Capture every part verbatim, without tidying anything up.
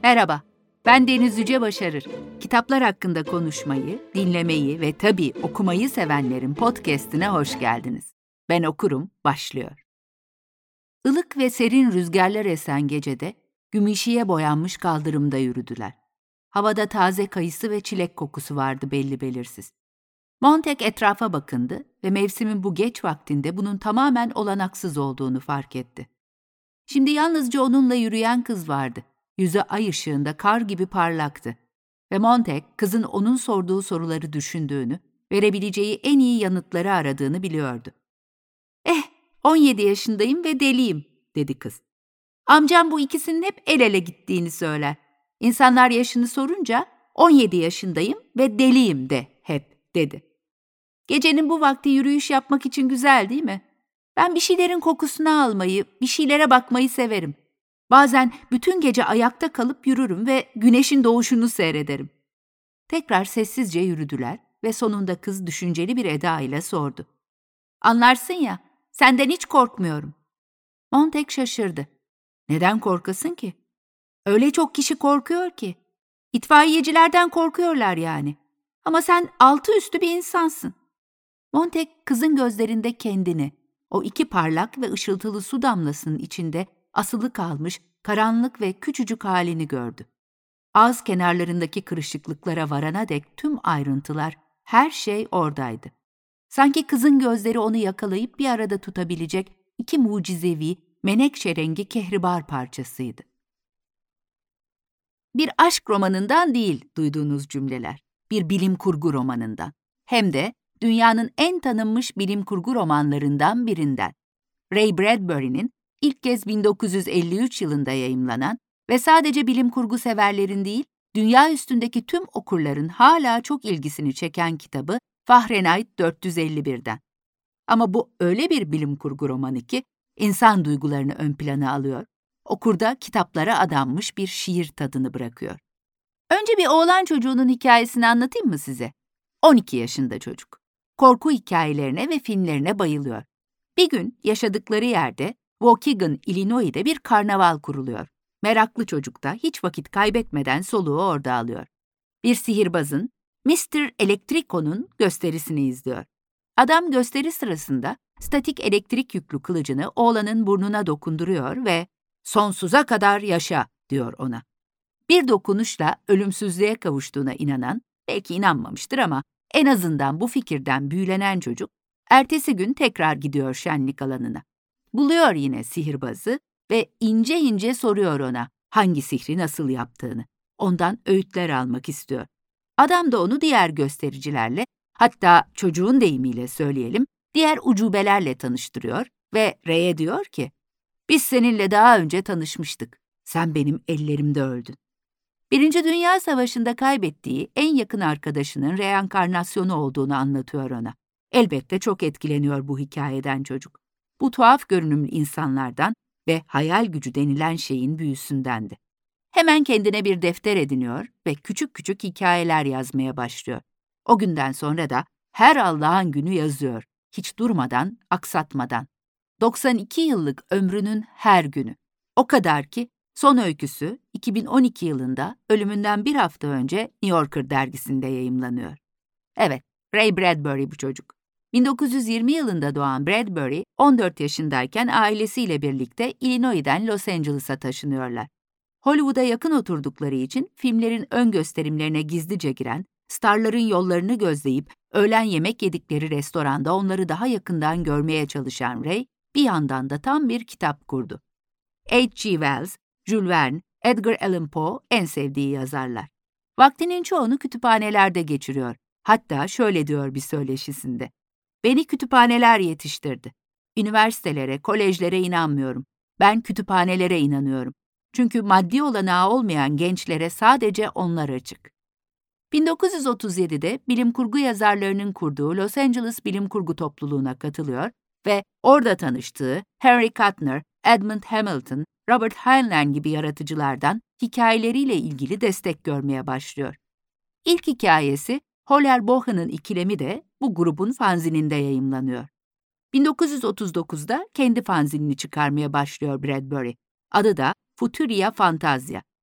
Merhaba, ben Deniz Yüce Başarır. Kitaplar hakkında konuşmayı, dinlemeyi ve tabii okumayı sevenlerin podcast'ine hoş geldiniz. Ben okurum, başlıyor. Ilık ve serin rüzgarlar esen gecede, gümüşiye boyanmış kaldırımda yürüdüler. Havada taze kayısı ve çilek kokusu vardı belli belirsiz. Montague etrafa bakındı ve mevsimin bu geç vaktinde bunun tamamen olanaksız olduğunu fark etti. Şimdi yalnızca onunla yürüyen kız vardı. Yüzü ay ışığında kar gibi parlaktı. Ve Montague, kızın onun sorduğu soruları düşündüğünü, verebileceği en iyi yanıtları aradığını biliyordu. "Eh, on yedi yaşındayım ve deliyim," dedi kız. "Amcam bu ikisinin hep el ele gittiğini söyler. İnsanlar yaşını sorunca, on yedi yaşındayım ve deliyim de hep," dedi. "Gecenin bu vakti yürüyüş yapmak için güzel değil mi? Ben bir şeylerin kokusunu almayı, bir şeylere bakmayı severim. Bazen bütün gece ayakta kalıp yürürüm ve güneşin doğuşunu seyrederim." Tekrar sessizce yürüdüler ve sonunda kız düşünceli bir eda ile sordu. "Anlarsın ya, senden hiç korkmuyorum." Montague şaşırdı. "Neden korkasın ki? Öyle çok kişi korkuyor ki. İtfaiyecilerden korkuyorlar yani. Ama sen altı üstü bir insansın." Montague kızın gözlerinde kendini, o iki parlak ve ışıltılı su damlasının içinde asılı kalmış, karanlık ve küçücük halini gördü. Ağız kenarlarındaki kırışıklıklara varana dek tüm ayrıntılar, her şey oradaydı. Sanki kızın gözleri onu yakalayıp bir arada tutabilecek iki mucizevi, menekşe rengi kehribar parçasıydı. Bir aşk romanından değil duyduğunuz cümleler, bir bilim kurgu romanından. Hem de dünyanın en tanınmış bilim kurgu romanlarından birinden. Ray Bradbury'nin ilk kez bin dokuz yüz elli üç yılında yayımlanan ve sadece bilim kurgu severlerin değil, dünya üstündeki tüm okurların hala çok ilgisini çeken kitabı Fahrenheit dört yüz elli bir'den. Ama bu öyle bir bilim kurgu romanı ki, insan duygularını ön plana alıyor, okurda kitaplara adanmış bir şiir tadını bırakıyor. Önce bir oğlan çocuğunun hikayesini anlatayım mı size? on iki yaşında çocuk. Korku hikayelerine ve filmlerine bayılıyor. Bir gün yaşadıkları yerde, Waukegan, Illinois'de bir karnaval kuruluyor. Meraklı çocuk da hiç vakit kaybetmeden soluğu orada alıyor. Bir sihirbazın, mister Electrico'nun gösterisini izliyor. Adam gösteri sırasında statik elektrik yüklü kılıcını oğlanın burnuna dokunduruyor ve "Sonsuza kadar yaşa," diyor ona. Bir dokunuşla ölümsüzlüğe kavuştuğuna inanan, belki inanmamıştır ama en azından bu fikirden büyülenen çocuk, ertesi gün tekrar gidiyor şenlik alanına. Buluyor yine sihirbazı ve ince ince soruyor ona hangi sihri nasıl yaptığını. Ondan öğütler almak istiyor. Adam da onu diğer göstericilerle, hatta çocuğun deyimiyle söyleyelim, diğer ucubelerle tanıştırıyor ve Ray'e diyor ki, "Biz seninle daha önce tanışmıştık. Sen benim ellerimde öldün." Birinci Dünya Savaşı'nda kaybettiği en yakın arkadaşının reenkarnasyonu olduğunu anlatıyor ona. Elbette çok etkileniyor bu hikayeden çocuk. Bu tuhaf görünümlü insanlardan ve hayal gücü denilen şeyin büyüsündendi. Hemen kendine bir defter ediniyor ve küçük küçük hikayeler yazmaya başlıyor. O günden sonra da her Allah'ın günü yazıyor, hiç durmadan, aksatmadan. doksan iki yıllık ömrünün her günü. O kadar ki son öyküsü iki bin on iki yılında ölümünden bir hafta önce New Yorker dergisinde yayımlanıyor. Evet, Ray Bradbury bu çocuk. bin dokuz yüz yirmi yılında doğan Bradbury, on dört yaşındayken ailesiyle birlikte Illinois'den Los Angeles'a taşınıyorlar. Hollywood'a yakın oturdukları için filmlerin ön gösterimlerine gizlice giren, starların yollarını gözleyip öğlen yemek yedikleri restoranda onları daha yakından görmeye çalışan Ray, bir yandan da tam bir kitap kurdu. H G Wells, Jules Verne, Edgar Allan Poe en sevdiği yazarlar. Vaktinin çoğunu kütüphanelerde geçiriyor. Hatta şöyle diyor bir söyleşisinde: "Beni kütüphaneler yetiştirdi. Üniversitelere, kolejlere inanmıyorum. Ben kütüphanelere inanıyorum. Çünkü maddi olanağı olmayan gençlere sadece onlar açık." bin dokuz yüz otuz yedi'de bilim kurgu yazarlarının kurduğu Los Angeles Bilim Kurgu Topluluğu'na katılıyor ve orada tanıştığı Henry Kuttner, Edmund Hamilton, Robert Heinlein gibi yaratıcılardan hikayeleriyle ilgili destek görmeye başlıyor. İlk hikayesi Holler-Bohan'ın ikilemi de bu grubun fanzininde yayımlanıyor. bin dokuz yüz otuz dokuz'da kendi fanzinini çıkarmaya başlıyor Bradbury. Adı da Futuria Fantasia.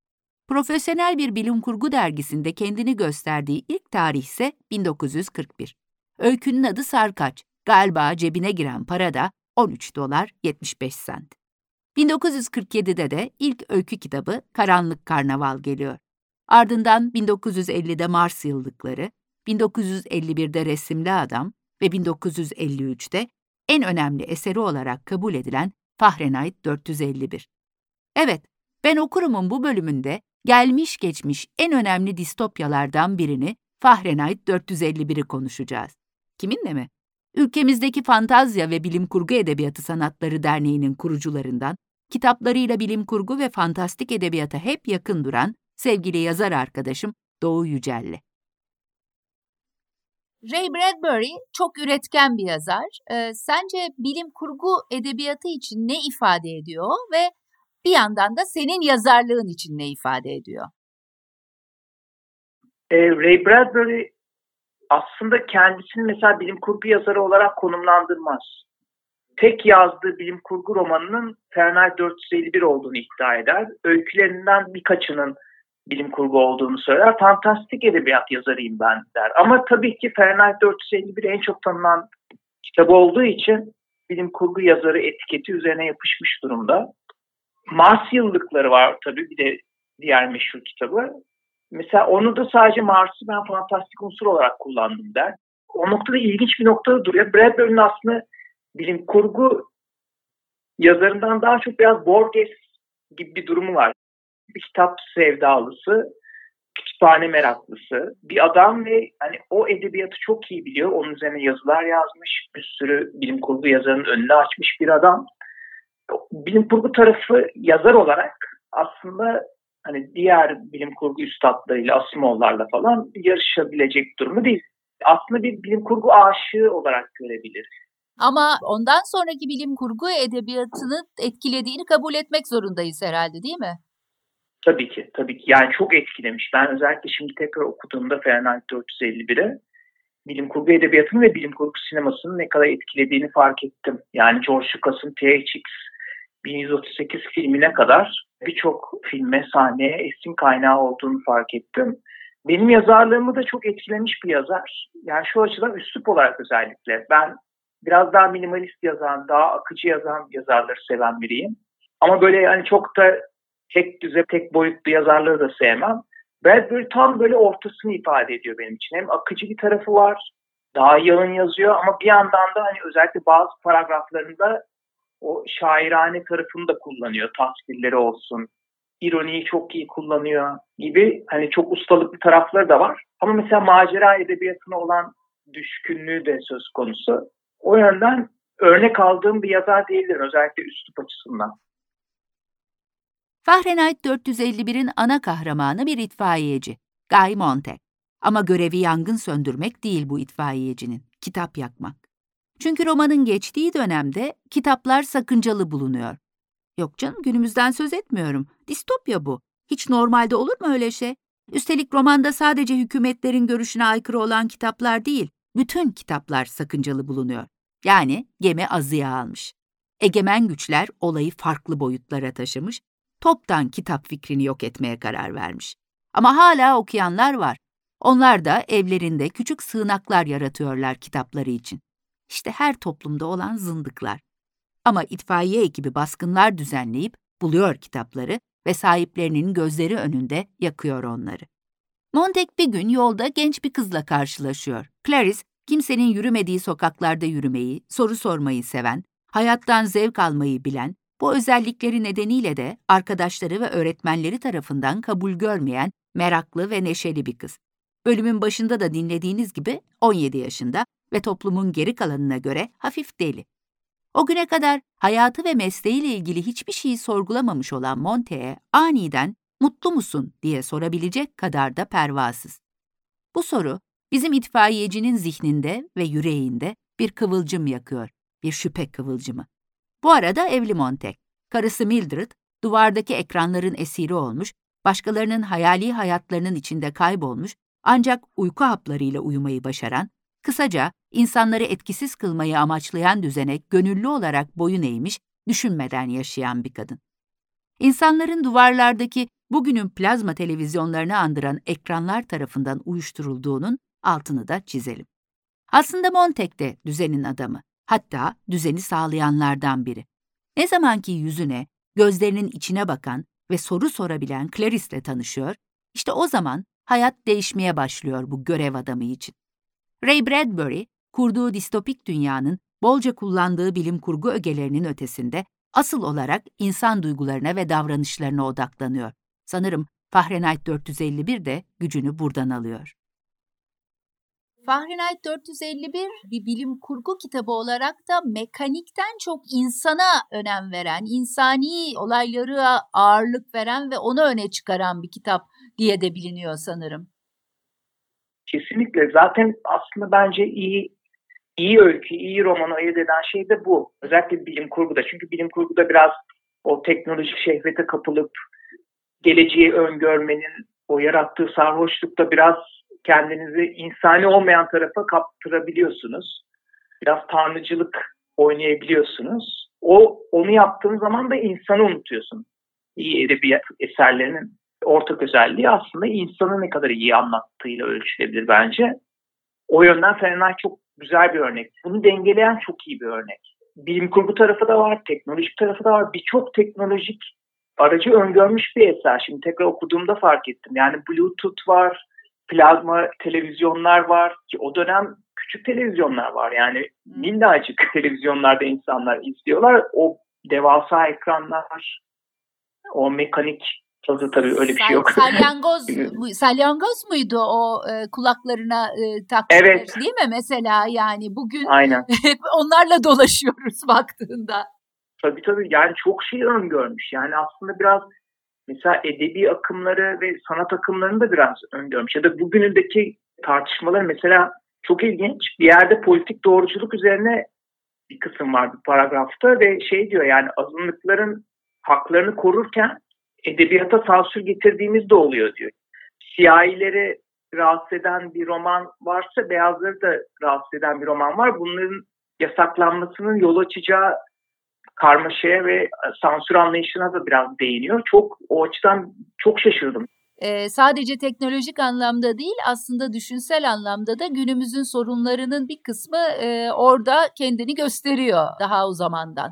Profesyonel bir bilim kurgu dergisinde kendini gösterdiği ilk tarih ise bin dokuz yüz kırk bir. Öykünün adı Sarkaç, galiba cebine giren para da on üç dolar yetmiş beş sent. bin dokuz yüz kırk yedide de ilk öykü kitabı Karanlık Karnaval geliyor. Ardından bin dokuz yüz ellide Mars Yıllıkları, bin dokuz yüz elli birde Resimli Adam ve bin dokuz yüz elli üçte en önemli eseri olarak kabul edilen Fahrenheit dört yüz elli bir. Evet, Ben Okurum'un bu bölümünde gelmiş geçmiş en önemli distopyalardan birini, Fahrenheit dört yüz elli bir'i konuşacağız. Kiminle mi? Ülkemizdeki Fantazya ve Bilim Kurgu Edebiyatı Sanatları Derneği'nin kurucularından, kitaplarıyla bilim kurgu ve fantastik edebiyata hep yakın duran sevgili yazar arkadaşım Doğu Yücel'le. Ray Bradbury çok üretken bir yazar. Ee, sence bilim kurgu edebiyatı için ne ifade ediyor ve bir yandan da senin yazarlığın için ne ifade ediyor? Ee, Ray Bradbury aslında kendisini mesela bilim kurgu yazarı olarak konumlandırmaz. Tek yazdığı bilim kurgu romanının Fahrenheit dört yüz elli bir olduğunu iddia eder. Öykülerinden birkaçının bilim kurgu olduğunu söyler. Fantastik edebiyat yazarıyım ben der. Ama tabii ki Fahrenheit dört yüz elli bir en çok tanınan kitabı olduğu için bilim kurgu yazarı etiketi üzerine yapışmış durumda. Mars Yıllıkları var tabii, bir de diğer meşhur kitabı. Mesela onu da sadece Mars'ı ben fantastik unsur olarak kullandım der. O noktada ilginç bir noktada duruyor. Bradbury'nin aslında bilim kurgu yazarından daha çok biraz Borges gibi bir durumu var. Bir kitap sevdalısı, kütüphane meraklısı bir adam ve hani o edebiyatı çok iyi biliyor. Onun üzerine yazılar yazmış, bir sürü bilim kurgu yazarının önünü açmış bir adam. Bilim kurgu tarafı yazar olarak aslında hani diğer bilim kurgu üstadlarıyla, Asimov'larla falan yarışabilecek durumu değil. Aslında bir bilim kurgu aşığı olarak görebiliriz. Ama ondan sonraki bilim kurgu edebiyatını etkilediğini kabul etmek zorundayız herhalde, değil mi? Tabii ki, tabii ki. Yani çok etkilemiş. Ben özellikle şimdi tekrar okuduğumda Fahrenheit dört yüz elli bir'i bilim kurgu edebiyatını ve bilim kurgu sinemasının ne kadar etkilediğini fark ettim. Yani George Lucas'ın T H X bin yüz otuz sekiz filmine kadar birçok filme, sahneye esin kaynağı olduğunu fark ettim. Benim yazarlığımı da çok etkilemiş bir yazar. Yani şu açıdan üslup olarak özellikle. Ben biraz daha minimalist yazan, daha akıcı yazan yazarları seven biriyim. Ama böyle yani çok da tek düze, tek boyutlu yazarları da sevmem. Bradbury tam böyle ortasını ifade ediyor benim için. Hem akıcı bir tarafı var, daha yalın yazıyor ama bir yandan da hani özellikle bazı paragraflarında o şairane tarafını da kullanıyor. Tasvirleri olsun, ironiyi çok iyi kullanıyor gibi hani çok ustalıklı tarafları da var. Ama mesela macera edebiyatına olan düşkünlüğü de söz konusu. O yönden örnek aldığım bir yazar diyebilirim, özellikle üslup açısından. Fahrenheit dört yüz elli bir'in ana kahramanı bir itfaiyeci, Guy Montag. Ama görevi yangın söndürmek değil bu itfaiyecinin, kitap yakmak. Çünkü romanın geçtiği dönemde kitaplar sakıncalı bulunuyor. Yok canım, günümüzden söz etmiyorum. Distopya bu. Hiç normalde olur mu öyle şey? Üstelik romanda sadece hükümetlerin görüşüne aykırı olan kitaplar değil, bütün kitaplar sakıncalı bulunuyor. Yani gemi azıya almış. Egemen güçler olayı farklı boyutlara taşımış, toptan kitap fikrini yok etmeye karar vermiş. Ama hala okuyanlar var. Onlar da evlerinde küçük sığınaklar yaratıyorlar kitapları için. İşte her toplumda olan zındıklar. Ama itfaiye ekibi baskınlar düzenleyip buluyor kitapları ve sahiplerinin gözleri önünde yakıyor onları. Montag bir gün yolda genç bir kızla karşılaşıyor. Clarice, kimsenin yürümediği sokaklarda yürümeyi, soru sormayı seven, hayattan zevk almayı bilen, bu özellikleri nedeniyle de arkadaşları ve öğretmenleri tarafından kabul görmeyen meraklı ve neşeli bir kız. Bölümün başında da dinlediğiniz gibi on yedi yaşında ve toplumun geri kalanına göre hafif deli. O güne kadar hayatı ve mesleğiyle ilgili hiçbir şeyi sorgulamamış olan Montag'e aniden "Mutlu musun?" diye sorabilecek kadar da pervasız. Bu soru bizim itfaiyecinin zihninde ve yüreğinde bir kıvılcım yakıyor, bir şüphe kıvılcımı. Bu arada evli Montag, karısı Mildred, duvardaki ekranların esiri olmuş, başkalarının hayali hayatlarının içinde kaybolmuş, ancak uyku haplarıyla uyumayı başaran, kısaca insanları etkisiz kılmayı amaçlayan düzene gönüllü olarak boyun eğmiş, düşünmeden yaşayan bir kadın. İnsanların duvarlardaki bugünün plazma televizyonlarını andıran ekranlar tarafından uyuşturulduğunun altını da çizelim. Aslında Montague de düzenin adamı, hatta düzeni sağlayanlardan biri. Ne zamanki yüzüne, gözlerinin içine bakan ve soru sorabilen Clarice'le tanışıyor, işte o zaman hayat değişmeye başlıyor bu görev adamı için. Ray Bradbury, kurduğu distopik dünyanın bolca kullandığı bilim kurgu ögelerinin ötesinde asıl olarak insan duygularına ve davranışlarına odaklanıyor. Sanırım Fahrenheit dört yüz elli bir de gücünü buradan alıyor. Fahrenheit dört yüz elli bir bir bilim kurgu kitabı olarak da mekanikten çok insana önem veren, insani olaylara ağırlık veren ve onu öne çıkaran bir kitap diye de biliniyor sanırım. Kesinlikle. Zaten aslında bence iyi iyi öykü, iyi romanı ayırt eden şey de bu. Özellikle bilim kurguda. Çünkü bilim kurguda biraz o teknolojik şehvete kapılıp geleceği öngörmenin o yarattığı sarhoşlukta biraz kendinizi insani olmayan tarafa kaptırabiliyorsunuz. Biraz tanrıcılık oynayabiliyorsunuz. O onu yaptığın zaman da insanı unutuyorsun. İyi edebiyat eserlerinin ortak özelliği aslında insanı ne kadar iyi anlattığıyla ölçülebilir bence. O yönden Fahrenheit çok güzel bir örnek. Bunu dengeleyen çok iyi bir örnek. Bilim kurgu tarafı da var, teknolojik tarafı da var. Birçok teknolojik aracı öngörmüş bir eser. Şimdi tekrar okuduğumda fark ettim. Yani Bluetooth var, plazma televizyonlar var ki o dönem küçük televizyonlar var. Yani minnacık televizyonlarda insanlar izliyorlar. O devasa ekranlar, o mekanik tadı tabii öyle bir şey yok. Salyangoz, salyangoz muydu o e, kulaklarına e, taktıkları, evet. Değil mi mesela? Yani bugün Aynen. hep onlarla dolaşıyoruz baktığında. Tabii tabii yani çok şey öngörmüş. Yani aslında biraz mesela edebi akımları ve sanat akımlarını da biraz öngörmüş. Ya da bugünündeki tartışmalar mesela çok ilginç. Bir yerde politik doğruculuk üzerine bir kısım var bir paragrafta ve şey diyor yani azınlıkların haklarını korurken edebiyata sansür getirdiğimiz de oluyor diyor. Siyahileri rahatsız eden bir roman varsa beyazları da rahatsız eden bir roman var. Bunların yasaklanmasının yol açacağı karmaşaya ve sansür anlayışına da biraz değiniyor. Çok o açıdan çok şaşırdım. Ee, sadece teknolojik anlamda değil, aslında düşünsel anlamda da günümüzün sorunlarının bir kısmı e, orada kendini gösteriyor daha o zamandan.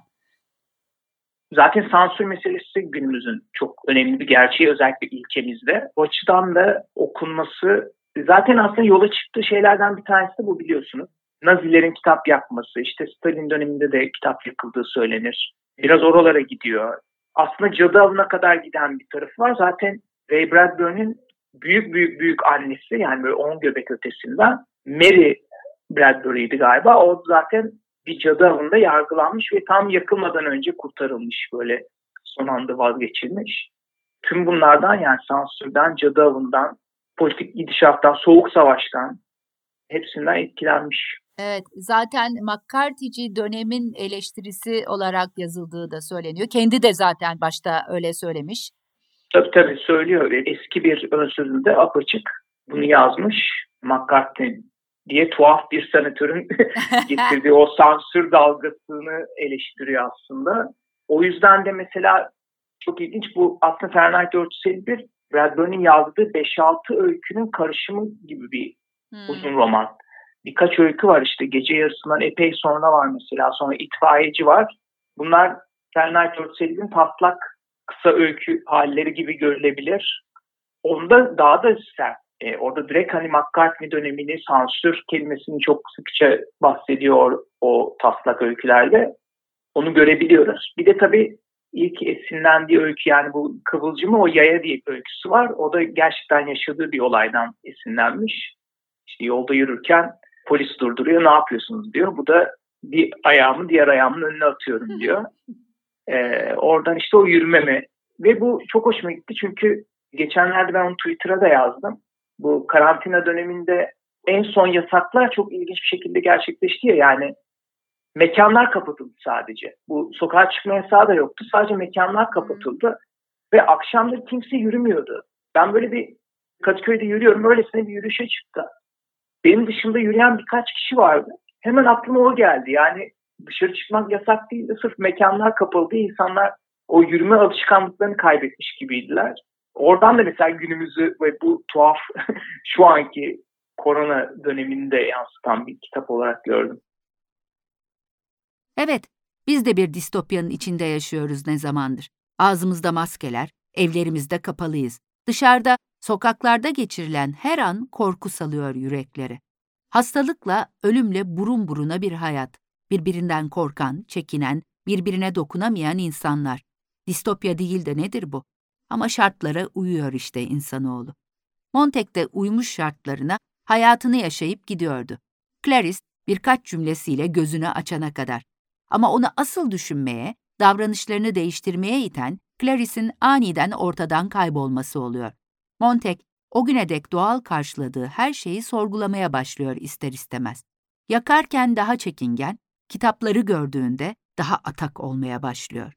Zaten sansür meselesi günümüzün çok önemli bir gerçeği, özellikle ülkemizde. O açıdan da okunması zaten aslında yola çıktığı şeylerden bir tanesi de bu, biliyorsunuz. Nazilerin kitap yakması, işte Stalin döneminde de kitap yakıldığı söylenir. Biraz oralara gidiyor. Aslında cadı avına kadar giden bir tarafı var. Zaten Ray Bradbury'nin büyük büyük büyük annesi, yani böyle on göbek ötesinden Mary Bradbury'ydi galiba. O zaten bir cadı avında yargılanmış ve tam yakılmadan önce kurtarılmış, böyle son anda vazgeçilmiş. Tüm bunlardan, yani sansürden, cadı avından, politik gidişattan, soğuk savaştan hepsinden etkilenmiş. Evet, zaten McCarthy'ci dönemin eleştirisi olarak yazıldığı da söyleniyor. Kendi de zaten başta öyle söylemiş. Tabii tabii söylüyor. Eski bir ön sözünde apaçık bunu yazmış. McCarthy diye tuhaf bir sanatörün getirdiği o sansür dalgasını eleştiriyor aslında. O yüzden de mesela çok ilginç, bu aslında Fahrenheit dört yüz elli bir Bradbury'nin yazdığı beş altı öykünün karışımı gibi bir hmm. uzun roman. Birkaç öykü var işte, Gece Yarısından epey sonra var mesela, sonra İtfaiyeci var. Bunlar Fahrenheit dört yüz elli birin taslak kısa öykü halleri gibi görülebilir. Onda daha da sert. E, orada direkt hani McCartney dönemini, sansür kelimesini çok sıkça bahsediyor o taslak öykülerde. Onu görebiliyoruz. Bir de tabii ilk esinlendiği öykü, yani bu Kıvılcım'ı, o Yaya diye bir öyküsü var. O da gerçekten yaşadığı bir olaydan esinlenmiş. İşte yolda yürürken polis durduruyor, ne yapıyorsunuz diyor. Bu da bir ayağımı diğer ayağımın önüne atıyorum diyor. Ee, oradan işte o yürümeme. Ve bu çok hoşuma gitti çünkü geçenlerde ben onu Twitter'a da yazdım. Bu karantina döneminde en son yasaklar çok ilginç bir şekilde gerçekleşti ya, yani mekanlar kapatıldı sadece. Bu sokağa çıkma yasağı da yoktu. Sadece mekanlar kapatıldı ve akşamları kimse yürümüyordu. Ben böyle bir Kadıköy'de yürüyorum, öylesine bir yürüyüşe çıktı. Benim dışında yürüyen birkaç kişi vardı. Hemen aklıma o geldi. Yani dışarı çıkmak yasak değildi. Sırf mekanlar kapalı, insanlar o yürüme alışkanlıklarını kaybetmiş gibiydiler. Oradan da mesela günümüzü ve bu tuhaf şu anki korona dönemini de yansıtan bir kitap olarak gördüm. Evet, biz de bir distopyanın içinde yaşıyoruz ne zamandır. Ağzımızda maskeler, evlerimizde kapalıyız. Dışarıda, sokaklarda geçirilen her an korku salıyor yüreklere. Hastalıkla, ölümle burun buruna bir hayat. Birbirinden korkan, çekinen, birbirine dokunamayan insanlar. Distopya değil de nedir bu? Ama şartlara uyuyor işte insanoğlu. Montague de uymuş şartlarına, hayatını yaşayıp gidiyordu. Clarice birkaç cümlesiyle gözünü açana kadar. Ama onu asıl düşünmeye, davranışlarını değiştirmeye iten Clarice'in aniden ortadan kaybolması oluyor. Montague, o güne dek doğal karşıladığı her şeyi sorgulamaya başlıyor ister istemez. Yakarken daha çekingen, kitapları gördüğünde daha atak olmaya başlıyor.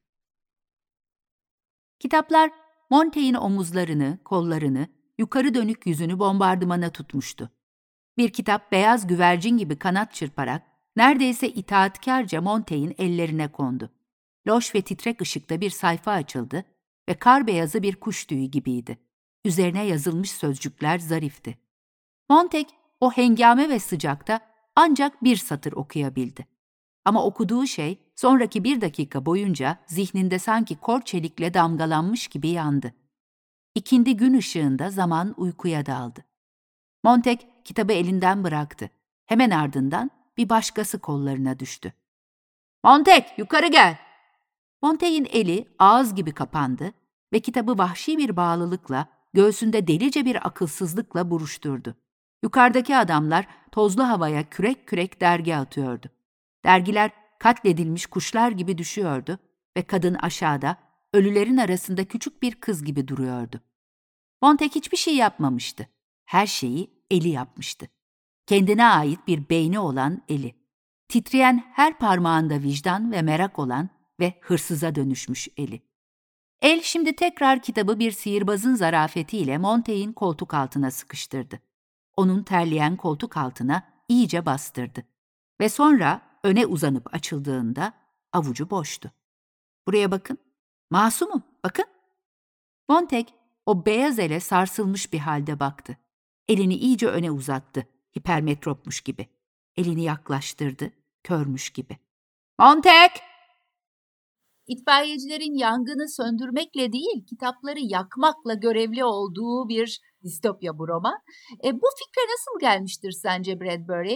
Kitaplar, Montague'in omuzlarını, kollarını, yukarı dönük yüzünü bombardımana tutmuştu. Bir kitap beyaz güvercin gibi kanat çırparak, neredeyse itaatkarca Montague'in ellerine kondu. Loş ve titrek ışıkta bir sayfa açıldı ve kar beyazı bir kuş tüyü gibiydi. Üzerine yazılmış sözcükler zarifti. Montague, o hengame ve sıcakta ancak bir satır okuyabildi. Ama okuduğu şey, sonraki bir dakika boyunca zihninde sanki kor çelikle damgalanmış gibi yandı. İkindi gün ışığında zaman uykuya daldı. Montague kitabı elinden bıraktı. Hemen ardından bir başkası kollarına düştü. "Montague, yukarı gel!" Montague'in eli ağız gibi kapandı ve kitabı vahşi bir bağlılıkla, göğsünde delice bir akılsızlıkla buruşturdu. Yukarıdaki adamlar tozlu havaya kürek kürek dergi atıyordu. Dergiler katledilmiş kuşlar gibi düşüyordu ve kadın aşağıda, ölülerin arasında küçük bir kız gibi duruyordu. Montague hiçbir şey yapmamıştı. Her şeyi eli yapmıştı. Kendine ait bir beyni olan eli. Titreyen her parmağında vicdan ve merak olan ve hırsıza dönüşmüş eli. El şimdi tekrar kitabı bir sihirbazın zarafetiyle Montague'in koltuk altına sıkıştırdı. Onun terleyen koltuk altına iyice bastırdı. Ve sonra öne uzanıp açıldığında avucu boştu. "Buraya bakın. Masumum, bakın." Montague o beyaz ele sarsılmış bir halde baktı. Elini iyice öne uzattı, hipermetropmuş gibi. Elini yaklaştırdı, körmüş gibi. "Montague!" İtfaiyecilerin yangını söndürmekle değil, kitapları yakmakla görevli olduğu bir distopya bu roman. E, bu fikre nasıl gelmiştir sence Bradbury?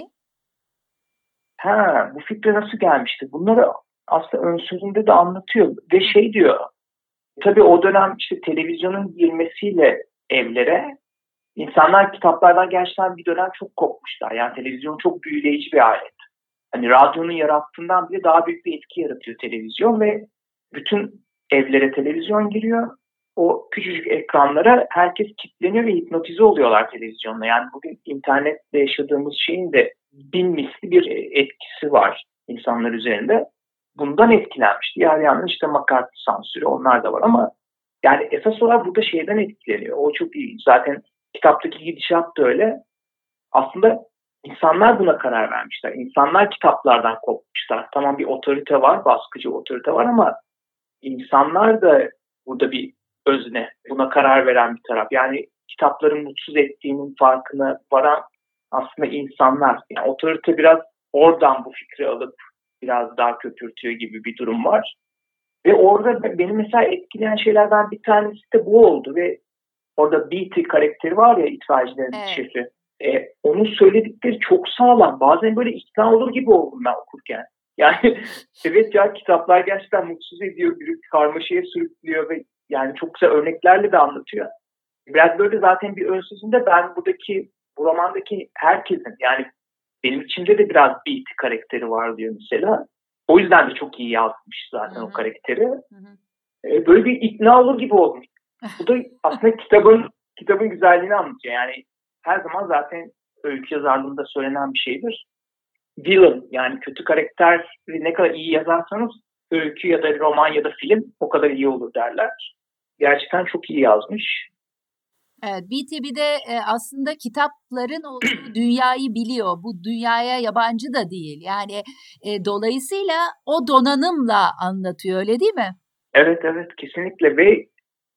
Ha, bu fikre nasıl gelmişti? Bunları aslında ön sözünde de anlatıyor. Ve şey diyor, tabii o dönem işte televizyonun girmesiyle evlere, insanlar kitaplardan gerçekten bir dönem çok kopmuşlar. Yani televizyon çok büyüleyici bir alet. Hani radyonun yarattığından bile daha büyük bir etki yaratıyor televizyon ve bütün evlere televizyon giriyor. O küçücük ekranlara herkes kilitleniyor ve hipnotize oluyorlar televizyonla. Yani bugün internetle yaşadığımız şeyin de bin misli bir etkisi var insanlar üzerinde. Bundan etkilenmiş. Diğer yandan işte McCarthy sansürü, onlar da var ama yani esas olarak burada şeyden etkileniyor. O çok iyi. Zaten kitaptaki gidişat da öyle. Aslında insanlar buna karar vermişler. İnsanlar kitaplardan kopmuşlar. Tamam, bir otorite var, baskıcı otorite var ama insanlar da burada bir özne, buna karar veren bir taraf. Yani kitapların mutsuz ettiğinin farkına varan aslında insanlar. Yani otorite biraz oradan bu fikri alıp biraz daha köpürtüyor gibi bir durum var. Ve orada benim mesela etkileyen şeylerden bir tanesi de bu oldu ve orada Beatty karakteri var ya, itfaiyecilerin Evet. şefi. E, onun söyledikleri çok sağlam. Bazen böyle ikna olur gibi oldum ben okurken. Yani evet ya, kitaplar gerçekten mutsuz ediyor, büyük karmaşaya sürüklüyor ve yani çok güzel örneklerle de anlatıyor. Biraz böyle zaten bir ön sözünde ben buradaki, bu romandaki herkesin, yani benim içimde de biraz Beatty karakteri var diyor mesela. O yüzden de çok iyi yazmış zaten Hı-hı. o karakteri. Hı-hı. E, böyle bir ikna olur gibi oldum. Bu da aslında kitabın kitabın güzelliğini anlatıyor. Yani her zaman zaten öykü yazarlığında söylenen bir şeydir. Villain, yani kötü karakteri ne kadar iyi yazarsanız öykü ya da roman ya da film o kadar iyi olur derler. Gerçekten çok iyi yazmış. Evet, B T bir de e, aslında kitapların olduğu dünyayı biliyor. Bu dünyaya yabancı da değil. Yani e, dolayısıyla o donanımla anlatıyor, öyle değil mi? Evet evet, kesinlikle ve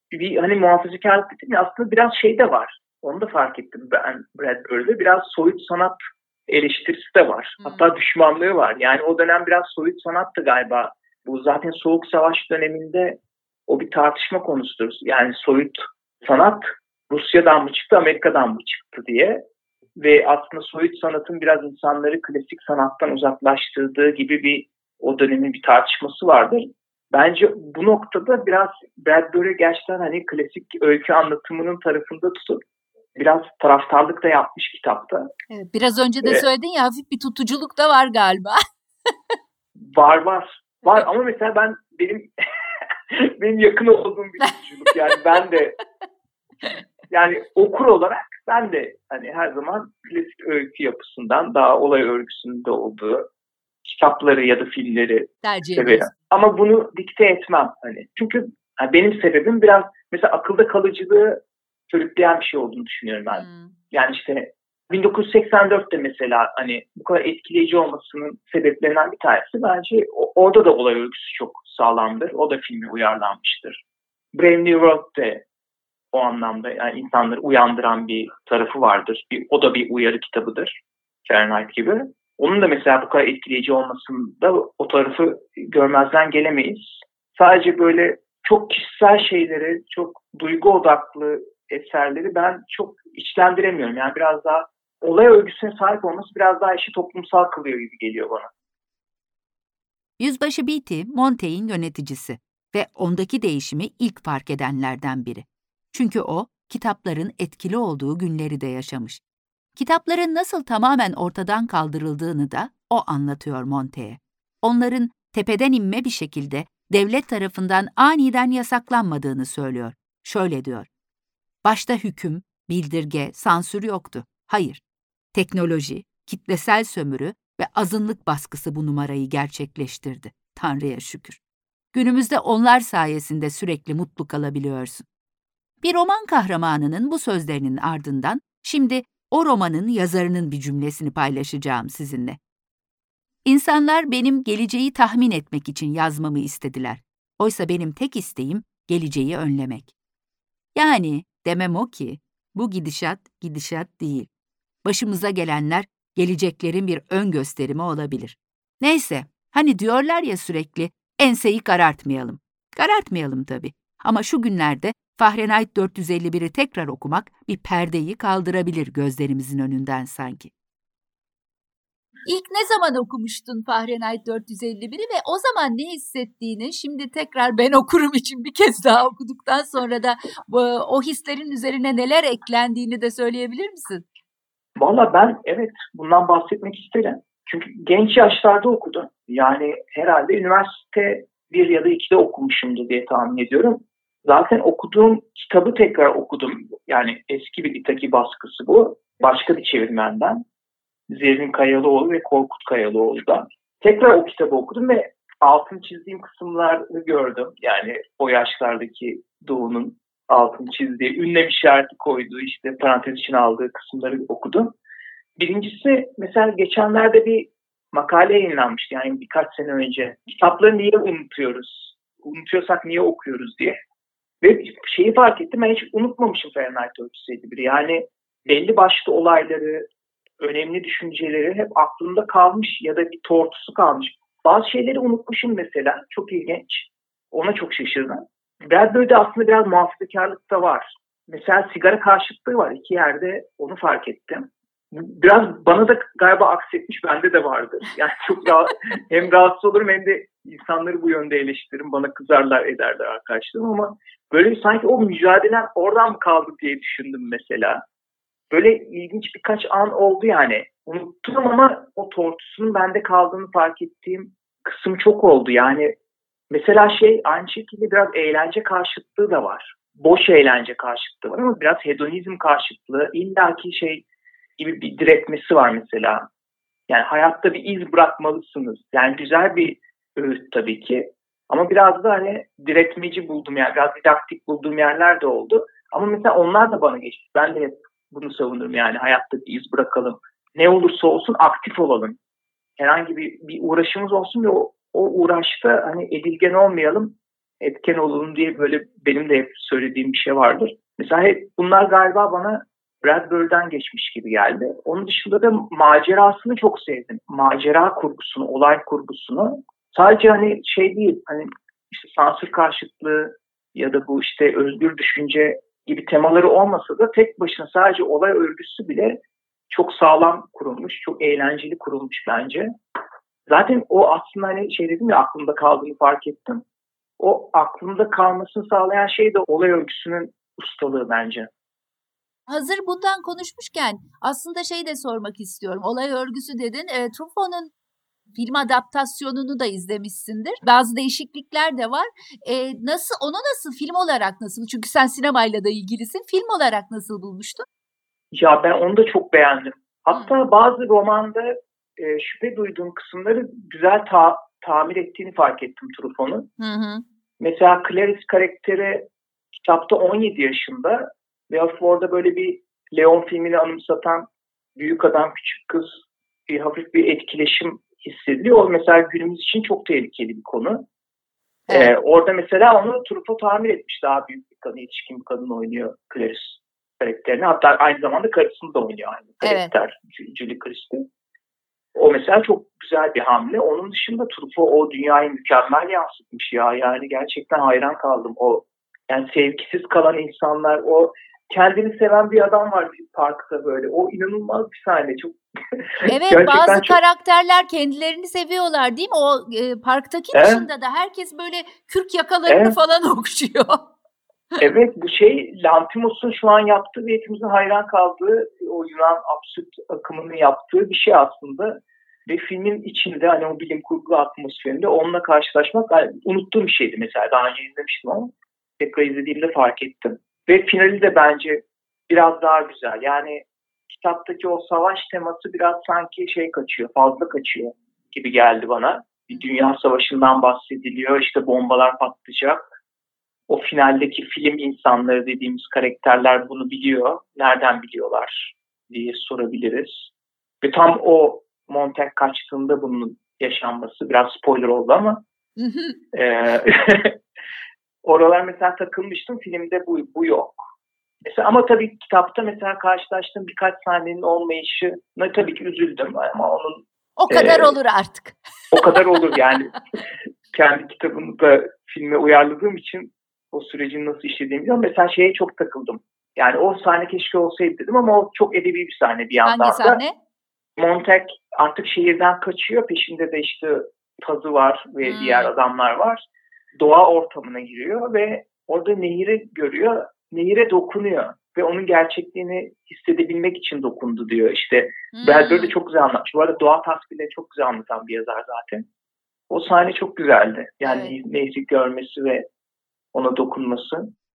bir hani muhafazakarlık dedim ya, aslında biraz şey de var. Onu da fark ettim ben Bradbury'de. Biraz soyut sanat eleştirisi de var. Hmm. Hatta düşmanlığı var. Yani o dönem biraz soyut sanattı galiba. Bu zaten Soğuk Savaş döneminde o bir tartışma konusudur. Yani soyut sanat Rusya'dan mı çıktı, Amerika'dan mı çıktı diye. Ve aslında soyut sanatın biraz insanları klasik sanattan uzaklaştırdığı gibi bir o dönemin bir tartışması vardır. Bence bu noktada biraz Bradbury gerçekten hani klasik öykü anlatımının tarafında tutup biraz taraftarlık da yapmış kitapta. Evet, biraz önce de ee, söyledin ya, hafif bir tutuculuk da var galiba. var var. Var ama mesela ben benim benim yakın olduğum bir tutuculuk. Yani ben de yani okur olarak ben de hani her zaman klasik öykü yapısından daha olay örgüsünde olduğu kitapları ya da filmleri tercih severim. Ediyorsun. Ama bunu dikte etmem hani. Çünkü yani benim sebebim biraz mesela akılda kalıcılığı sürükleyen bir şey olduğunu düşünüyorum ben. Hmm. Yani işte bin dokuz yüz seksen dörtte mesela hani bu kadar etkileyici olmasının sebeplerinden bir tanesi bence orada da olay örgüsü çok sağlamdır. O da filme uyarlanmıştır. Brave New World'de o anlamda yani insanları uyandıran bir tarafı vardır. Bir, o da bir uyarı kitabıdır. Fahrenheit gibi. Onun da mesela bu kadar etkileyici olmasında o tarafı görmezden gelemeyiz. Sadece böyle çok kişisel şeyleri, çok duygu odaklı eserleri ben çok içlendiremiyorum. Yani biraz daha olay örgüsüne sahip olması biraz daha işi toplumsal kılıyor gibi geliyor bana. Yüzbaşı Beatty, Montaigne'in yöneticisi ve ondaki değişimi ilk fark edenlerden biri. Çünkü o, kitapların etkili olduğu günleri de yaşamış. Kitapların nasıl tamamen ortadan kaldırıldığını da o anlatıyor Montaigne'e. Onların tepeden inme bir şekilde devlet tarafından aniden yasaklanmadığını söylüyor. Şöyle diyor: başta hüküm, bildirge, sansür yoktu. Hayır, teknoloji, kitlesel sömürü ve azınlık baskısı bu numarayı gerçekleştirdi. Tanrı'ya şükür. Günümüzde onlar sayesinde sürekli mutlu kalabiliyorsun. Bir roman kahramanının bu sözlerinin ardından şimdi o romanın yazarının bir cümlesini paylaşacağım sizinle. İnsanlar benim geleceği tahmin etmek için yazmamı istediler. Oysa benim tek isteğim geleceği önlemek. Yani demem o ki bu gidişat gidişat değil. Başımıza gelenler geleceklerin bir ön gösterimi olabilir. Neyse, hani diyorlar ya sürekli enseyi karartmayalım. Karartmayalım tabii. Ama şu günlerde Fahrenheit dört yüz elli biri tekrar okumak bir perdeyi kaldırabilir gözlerimizin önünden sanki. İlk ne zaman okumuştun Fahrenheit dört yüz elli biri ve o zaman ne hissettiğini şimdi tekrar ben okurum için bir kez daha okuduktan sonra da o hislerin üzerine neler eklendiğini de söyleyebilir misin? Valla ben evet bundan bahsetmek isterim. Çünkü genç yaşlarda okudum. Yani herhalde üniversite bir ya da ikide okumuşumdu diye tahmin ediyorum. Zaten okuduğum kitabı tekrar okudum. Yani eski bir İtaki baskısı bu. Başka bir çevirmenden. Zerrin Kayalıoğlu ve Korkut Kayalıoğlu'dan. Tekrar o kitabı okudum ve altını çizdiğim kısımları gördüm. Yani o yaşlardaki Doğu'nun altını çizdiği, ünlem işareti koyduğu, işte parantez için aldığı kısımları okudum. Birincisi mesela geçenlerde bir makale yayınlanmıştı yani birkaç sene önce. Kitapları niye unutuyoruz? Unutuyorsak niye okuyoruz diye. Ve şeyi fark ettim, ben hiç unutmamışım Fahrenheit dört yüz elli biri. Yani belli başlı olayları, önemli düşünceleri hep aklımda kalmış ya da bir tortusu kalmış. Bazı şeyleri unutmuşum mesela. Çok ilginç. Ona çok şaşırdım. Bradbury'de aslında biraz muhafazakarlık da var. Mesela sigara karşıtlığı var. İki yerde onu fark ettim. Biraz bana da galiba aksetmiş, bende de vardır. Yani çok rahat, hem rahatsız olurum hem de insanları bu yönde eleştiririm. Bana kızarlar ederler arkadaşlarım ama böyle bir sanki o mücadelen oradan mı kaldı diye düşündüm mesela. Böyle ilginç birkaç an oldu yani. Unuttum ama o tortusunun bende kaldığını fark ettiğim kısım çok oldu. Yani mesela şey aynı şekilde biraz eğlence karşıtlığı da var. Boş eğlence karşıtlığı var ama biraz hedonizm karşıtlığı, illaki şey gibi bir diretmesi var mesela. Yani hayatta bir iz bırakmalısınız. Yani güzel bir öğüt tabii ki. Ama biraz da hani diretmeci buldum yani. Biraz didaktik bulduğum yerler de oldu. Ama mesela onlar da bana geçti. Ben de hep bunu savunurum yani. Hayatta bir iz bırakalım. Ne olursa olsun aktif olalım. Herhangi bir, bir uğraşımız olsun ve o, o uğraşta hani edilgen olmayalım. etken olalım diye böyle benim de hep söylediğim bir şey vardır. Mesela hep bunlar galiba bana Bradbury'den geçmiş gibi geldi. Onun dışında da macerasını çok sevdim. Macera kurgusunu, olay kurgusunu. Sadece hani şey değil, hani işte sansür karşıtlığı ya da bu işte özgür düşünce gibi temaları olmasa da tek başına sadece olay örgüsü bile çok sağlam kurulmuş, çok eğlenceli kurulmuş bence. Zaten o aslında hani şey dedim ya, aklımda kaldığını fark ettim. O aklımda kalmasını sağlayan şey de olay örgüsünün ustalığı bence. Hazır bundan konuşmuşken aslında şey de sormak istiyorum. Olay örgüsü dedin. E, Truffaut'un film adaptasyonunu da izlemişsindir. Bazı değişiklikler de var. E, nasıl, onu nasıl, film olarak nasıl? Çünkü sen sinemayla da ilgilisin. Film olarak nasıl bulmuştun? Ya ben onu da çok beğendim. Hatta hmm. bazı romanda e, şüphe duyduğum kısımları güzel ta- tamir ettiğini fark ettim Truffaut'un. Hı hı. Mesela Clarice karakteri kitapta on yedi yaşında ve orada böyle bir Leon filmini anımsatan büyük adam küçük kız bir hafif bir etkileşim hissediliyor. O mesela günümüz için çok tehlikeli bir konu. Evet. Ee, orada mesela onu Truffaut tamir etmiş. Daha büyük bir kadın, yetişkin bir kadın oynuyor Clarice karakterini. Hatta aynı zamanda karısını da oynuyor aynı karakter. Evet. Julie Christie. O mesela çok güzel bir hamle. Onun dışında Truffaut o dünyayı mükemmel yansıtmış ya. Yani gerçekten hayran kaldım. O yani sevgisiz kalan insanlar, o kendini seven bir adam var bir parkta böyle. O inanılmaz bir sahne. Çok evet, bazı çok... karakterler kendilerini seviyorlar değil mi? O e, parktaki evet. dışında da herkes böyle kürk yakalarını evet. falan okşuyor. Evet, bu şey Lanthimos'un şu an yaptığı ve hepimizin hayran kaldığı o Yunan absürt akımını yaptığı bir şey aslında. Ve filmin içinde hani o bilim kurgu atmosferinde onunla karşılaşmak yani unuttuğum bir şeydi mesela. Daha önce izlemiştim ama tekrar izlediğimde fark ettim. Ve finali de bence biraz daha güzel. Yani kitaptaki o savaş teması biraz sanki şey kaçıyor, fazla kaçıyor gibi geldi bana. Bir dünya savaşından bahsediliyor, işte bombalar patlayacak. O finaldeki film insanları dediğimiz karakterler bunu biliyor. Nereden biliyorlar diye sorabiliriz. Ve tam o Montague kaçtığında bunun yaşanması biraz spoiler oldu ama e, oralar mesela takılmıştım. Filmde bu, bu yok. Mesela, ama tabii kitapta mesela karşılaştığım birkaç sahnenin olmayışına tabii ki üzüldüm. Ama onun o kadar e, olur artık. O kadar olur yani. Kendi kitabını da filme uyarladığım için o sürecin nasıl işlediğimi biliyorum. Mesela şeye çok takıldım. Yani o sahne keşke olsaydı dedim ama o çok edebi bir sahne bir yandan da. Hangi sahne? Montague artık şehirden kaçıyor. Peşinde de işte Tazı var ve hmm. diğer adamlar var. Doğa ortamına giriyor ve orada nehri görüyor. Nehire dokunuyor. Ve onun gerçekliğini hissedebilmek için dokundu diyor. İşte hmm. Bradbury de çok güzel anlatmış. Bu arada doğa tasvirleri çok güzel anlatan bir yazar zaten. O sahne çok güzeldi. Yani evet. Nehri görmesi ve ona dokunması.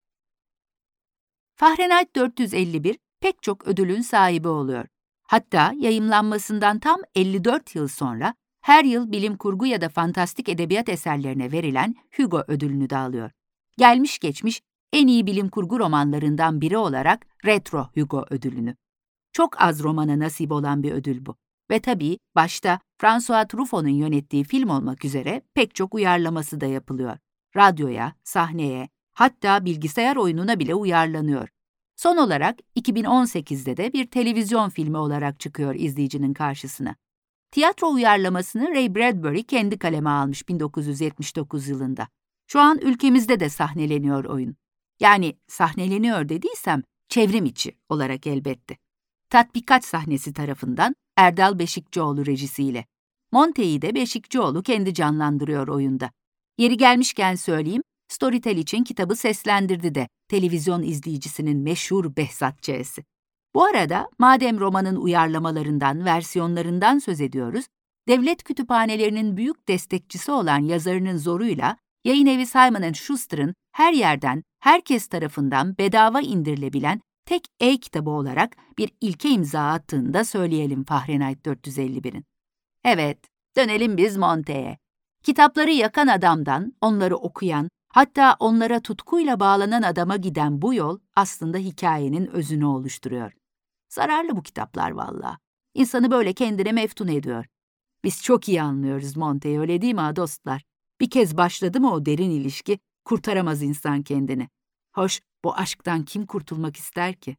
Fahrenheit dört yüz elli bir pek çok ödülün sahibi oluyor. Hatta yayımlanmasından tam elli dört yıl sonra her yıl bilim kurgu ya da fantastik edebiyat eserlerine verilen Hugo ödülünü de alıyor. Gelmiş geçmiş en iyi bilim kurgu romanlarından biri olarak Retro Hugo ödülünü. Çok az romana nasip olan bir ödül bu. Ve tabii başta François Truffaut'un yönettiği film olmak üzere pek çok uyarlaması da yapılıyor. Radyoya, sahneye, hatta bilgisayar oyununa bile uyarlanıyor. Son olarak iki bin on sekizde de bir televizyon filmi olarak çıkıyor izleyicinin karşısına. Tiyatro uyarlamasını Ray Bradbury kendi kaleme almış bin dokuz yüz yetmiş dokuz yılında. Şu an ülkemizde de sahneleniyor oyun. Yani sahneleniyor dediysem çevrim içi olarak elbette. Tatbikat sahnesi tarafından Erdal Beşikçioğlu rejisiyle. Monte'yi de Beşikçioğlu kendi canlandırıyor oyunda. Yeri gelmişken söyleyeyim, Storytel için kitabı seslendirdi de televizyon izleyicisinin meşhur Behzat Ç'si. Bu arada madem romanın uyarlamalarından, versiyonlarından söz ediyoruz, devlet kütüphanelerinin büyük destekçisi olan yazarının zoruyla yayınevi Simon and Schuster'ın her yerden, herkes tarafından bedava indirilebilen tek e-kitabı olarak bir ilke imza attığını da söyleyelim Fahrenheit dört yüz elli birin. Evet, dönelim biz Monte'ye. Kitapları yakan adamdan, onları okuyan, hatta onlara tutkuyla bağlanan adama giden bu yol aslında hikayenin özünü oluşturuyor. Zararlı bu kitaplar valla. İnsanı böyle kendine meftun ediyor. Biz çok iyi anlıyoruz Monte'yi, öyle değil mi ha dostlar? Bir kez başladı mı o derin ilişki, Kurtaramaz insan kendini. Hoş, bu aşktan kim kurtulmak ister ki?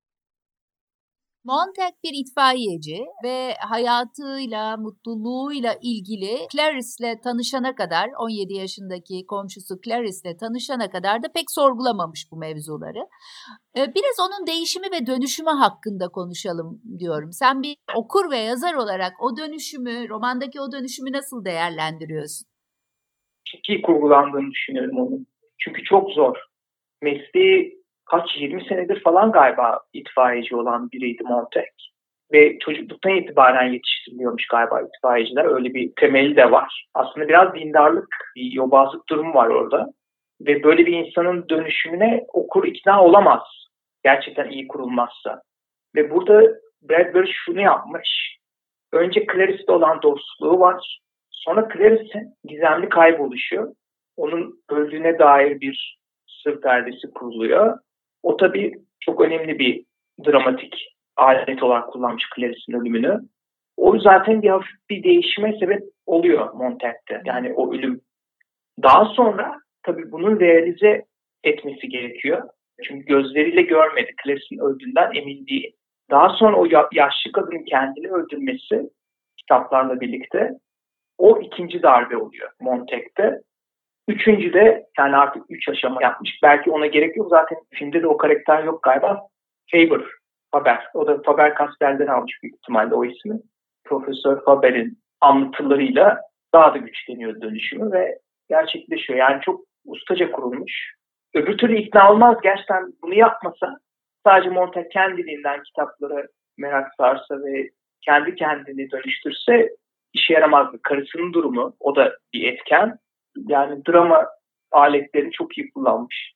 Montag bir itfaiyeci ve hayatıyla, mutluluğuyla ilgili Clarice'le tanışana kadar, on yedi yaşındaki komşusu Clarice'le tanışana kadar da pek sorgulamamış bu mevzuları. Biraz onun değişimi ve dönüşümü hakkında konuşalım diyorum. Sen bir okur ve yazar olarak o dönüşümü, romandaki o dönüşümü nasıl değerlendiriyorsun? Çok iyi kurgulandığını düşünüyorum onun. Çünkü çok zor. Mesleği kaç yirmi senedir falan galiba itfaiyeci olan biriydi Montag. Ve çocukluktan itibaren yetiştiriliyormuş galiba itfaiyeciler. Öyle bir temeli de var. Aslında biraz dindarlık, bir yobazlık durumu var orada. Ve böyle bir insanın dönüşümüne okur ikna olamaz. Gerçekten iyi kurulmazsa. Ve burada Bradbury şunu yapmış. Önce Clarice'le olan dostluğu var. Sonra Clarice'in gizemli kayboluşu. Onun öldüğüne dair bir sır perdesi kuruluyor. O tabii çok önemli bir dramatik alet olarak kullanmış Clarice'in ölümünü. O zaten bir hafif bir değişime sebep oluyor Montag'te. Yani o ölüm. Daha sonra tabii bunun realize etmesi gerekiyor. Çünkü gözleriyle görmedi. Clarice'in öldüğünden emin değil. Daha sonra o yaşlı kadının kendini öldürmesi kitaplarla birlikte o ikinci darbe oluyor Montag'te. Üçüncü de yani artık üç aşama yapmış. Belki ona gerek yok. Zaten filmde de o karakter yok galiba. Faber, Faber. O da Faber-Castell'den almış büyük ihtimalle o ismi. Profesör Faber'in anlatılarıyla daha da güçleniyor dönüşümü ve gerçekleşiyor. Yani çok ustaca kurulmuş. Öbür türlü ikna olmaz. Gerçekten bunu yapmasa sadece Montag kendiliğinden kitaplara merak sarsa ve kendi kendini dönüştürse işe yaramazdı. Karısının durumu o da bir etken. Yani drama aletleri çok iyi kullanmış.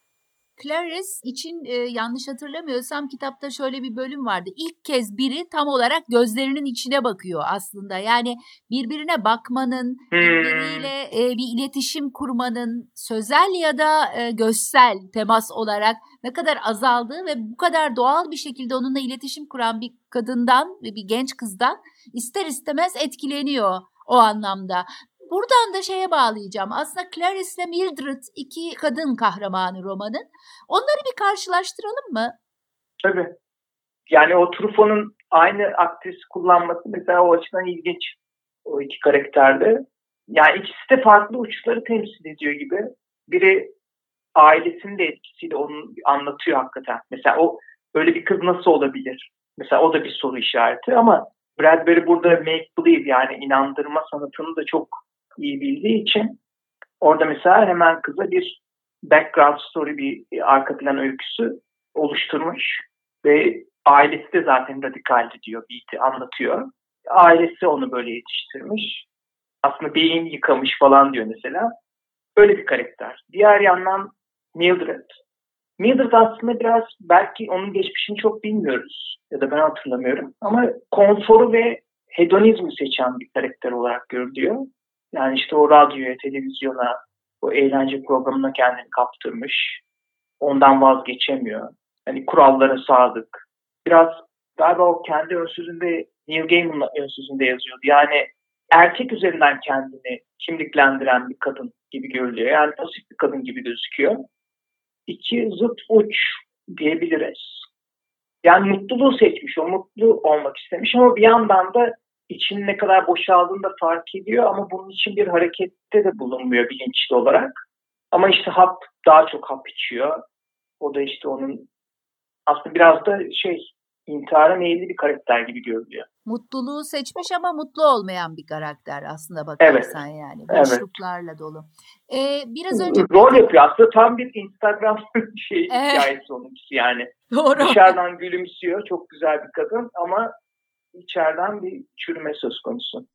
Clarice için e, yanlış hatırlamıyorsam kitapta şöyle bir bölüm vardı. İlk kez biri tam olarak gözlerinin içine bakıyor aslında. Yani birbirine bakmanın, hmm. birbiriyle e, bir iletişim kurmanın sözel ya da e, gözsel temas olarak ne kadar azaldığı ve bu kadar doğal bir şekilde onunla iletişim kuran bir kadından ve bir genç kızdan ister istemez etkileniyor o anlamda. Buradan da şeye bağlayacağım. Aslında Clarice ile Mildred iki kadın kahramanı romanın. Onları bir karşılaştıralım mı? Tabii. Yani o Truffaut'un aynı aktris kullanması mesela o açıdan ilginç. O iki karakterde. Yani ikisi de farklı uçları temsil ediyor gibi. Biri ailesinin de etkisiyle onu anlatıyor hakikaten. Mesela o öyle bir kız nasıl olabilir? Mesela o da bir soru işareti ama Bradbury burada make believe yani inandırma sanatını da çok iyi bildiği için orada mesela hemen kıza bir background story, bir arka plan öyküsü oluşturmuş ve ailesi de zaten radikaldi diyor, Beat'i anlatıyor. Ailesi onu böyle yetiştirmiş. Aslında beyin yıkamış falan diyor mesela. Böyle bir karakter. Diğer yandan Mildred. Mildred aslında biraz belki onun geçmişini çok bilmiyoruz ya da ben hatırlamıyorum ama konforu ve hedonizmi seçen bir karakter olarak görülüyor. Yani işte o radyoya, televizyona, o eğlence programına kendini kaptırmış. Ondan vazgeçemiyor. Yani kurallara sadık. Biraz galiba o kendi önsüzünde, Neil Gaiman'ın önsüzünde yazıyordu. Yani erkek üzerinden kendini kimliklendiren bir kadın gibi görülüyor. Yani pasif bir kadın gibi gözüküyor. İki zıt uç diyebiliriz. Yani mutluluğu seçmiş, o mutlu olmak istemiş ama bir yandan da için ne kadar boşaldığını da fark ediyor ama bunun için bir harekette de bulunmuyor bilinçli olarak. Ama işte hap, daha çok hap içiyor. O da işte onun aslında biraz da şey intihara meyilli bir karakter gibi görünüyor. Mutluluğu seçmiş ama mutlu olmayan bir karakter aslında bakarsan evet. Yani. Boşluklarla evet. Dolu. Ee, biraz önce rol yapıyor. Aslında tam bir Instagram şey evet. Hikayesi onunkisi yani. Doğru. Dışarıdan gülümsüyor. Çok güzel bir kadın ama içeriden bir çürüme söz konusu.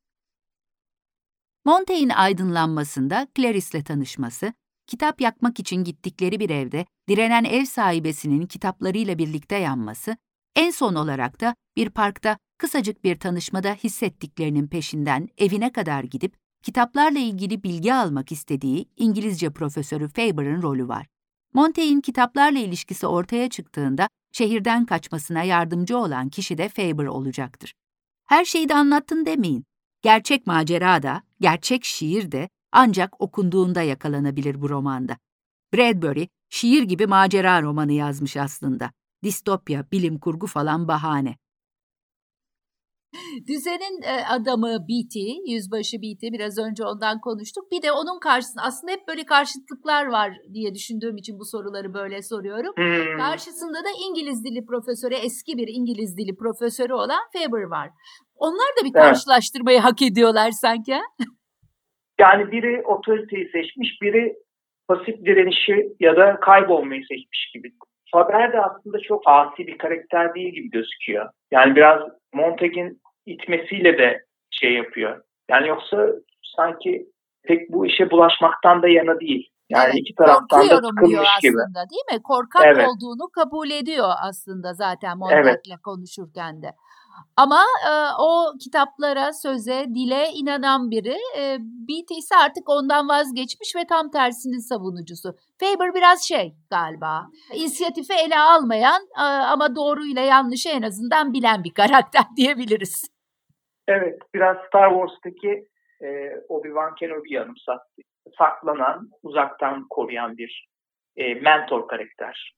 Montag'in aydınlanmasında Clarice'le tanışması, kitap yakmak için gittikleri bir evde direnen ev sahibesinin kitaplarıyla birlikte yanması, en son olarak da bir parkta kısacık bir tanışmada hissettiklerinin peşinden evine kadar gidip kitaplarla ilgili bilgi almak istediği İngilizce profesörü Faber'ın rolü var. Montag'in kitaplarla ilişkisi ortaya çıktığında şehirden kaçmasına yardımcı olan kişi de Faber olacaktır. Her şeyi de anlattın demeyin. Gerçek macera da, gerçek şiir de ancak okunduğunda yakalanabilir bu romanda. Bradbury, şiir gibi macera romanı yazmış aslında. Distopya, bilim kurgu falan bahane. Düzenin e, adamı Beatty, yüzbaşı Beatty, biraz önce ondan konuştuk. Bir de onun karşısında aslında hep böyle karşıtlıklar var diye düşündüğüm için bu soruları böyle soruyorum. Hmm. Karşısında da İngiliz dili profesörü, eski bir İngiliz dili profesörü olan Faber var. Onlar da bir karşılaştırmayı evet. hak ediyorlar sanki. Yani biri otoriteyi seçmiş, biri pasif direnişi ya da kaybolmayı seçmiş gibi. Faber de aslında çok asi bir karakter değil gibi gözüküyor. Yani biraz Montague'in itmesiyle de şey yapıyor. Yani yoksa sanki pek bu işe bulaşmaktan da yana değil. Yani evet, iki taraftan da sıkılmış gibi. Aslında, değil mi? Korkak evet. olduğunu kabul ediyor aslında zaten Montague'le evet. konuşurken de. Ama e, o kitaplara, söze, dile inanan biri. E, Beatty ise artık ondan vazgeçmiş ve tam tersinin savunucusu. Faber biraz şey galiba, inisiyatifi ele almayan e, ama doğruyla yanlışı en azından bilen bir karakter diyebiliriz. Evet, biraz Star Wars'taki e, Obi-Wan Kenobi'yi anımsattı. Saklanan, uzaktan koruyan bir e, mentor karakter.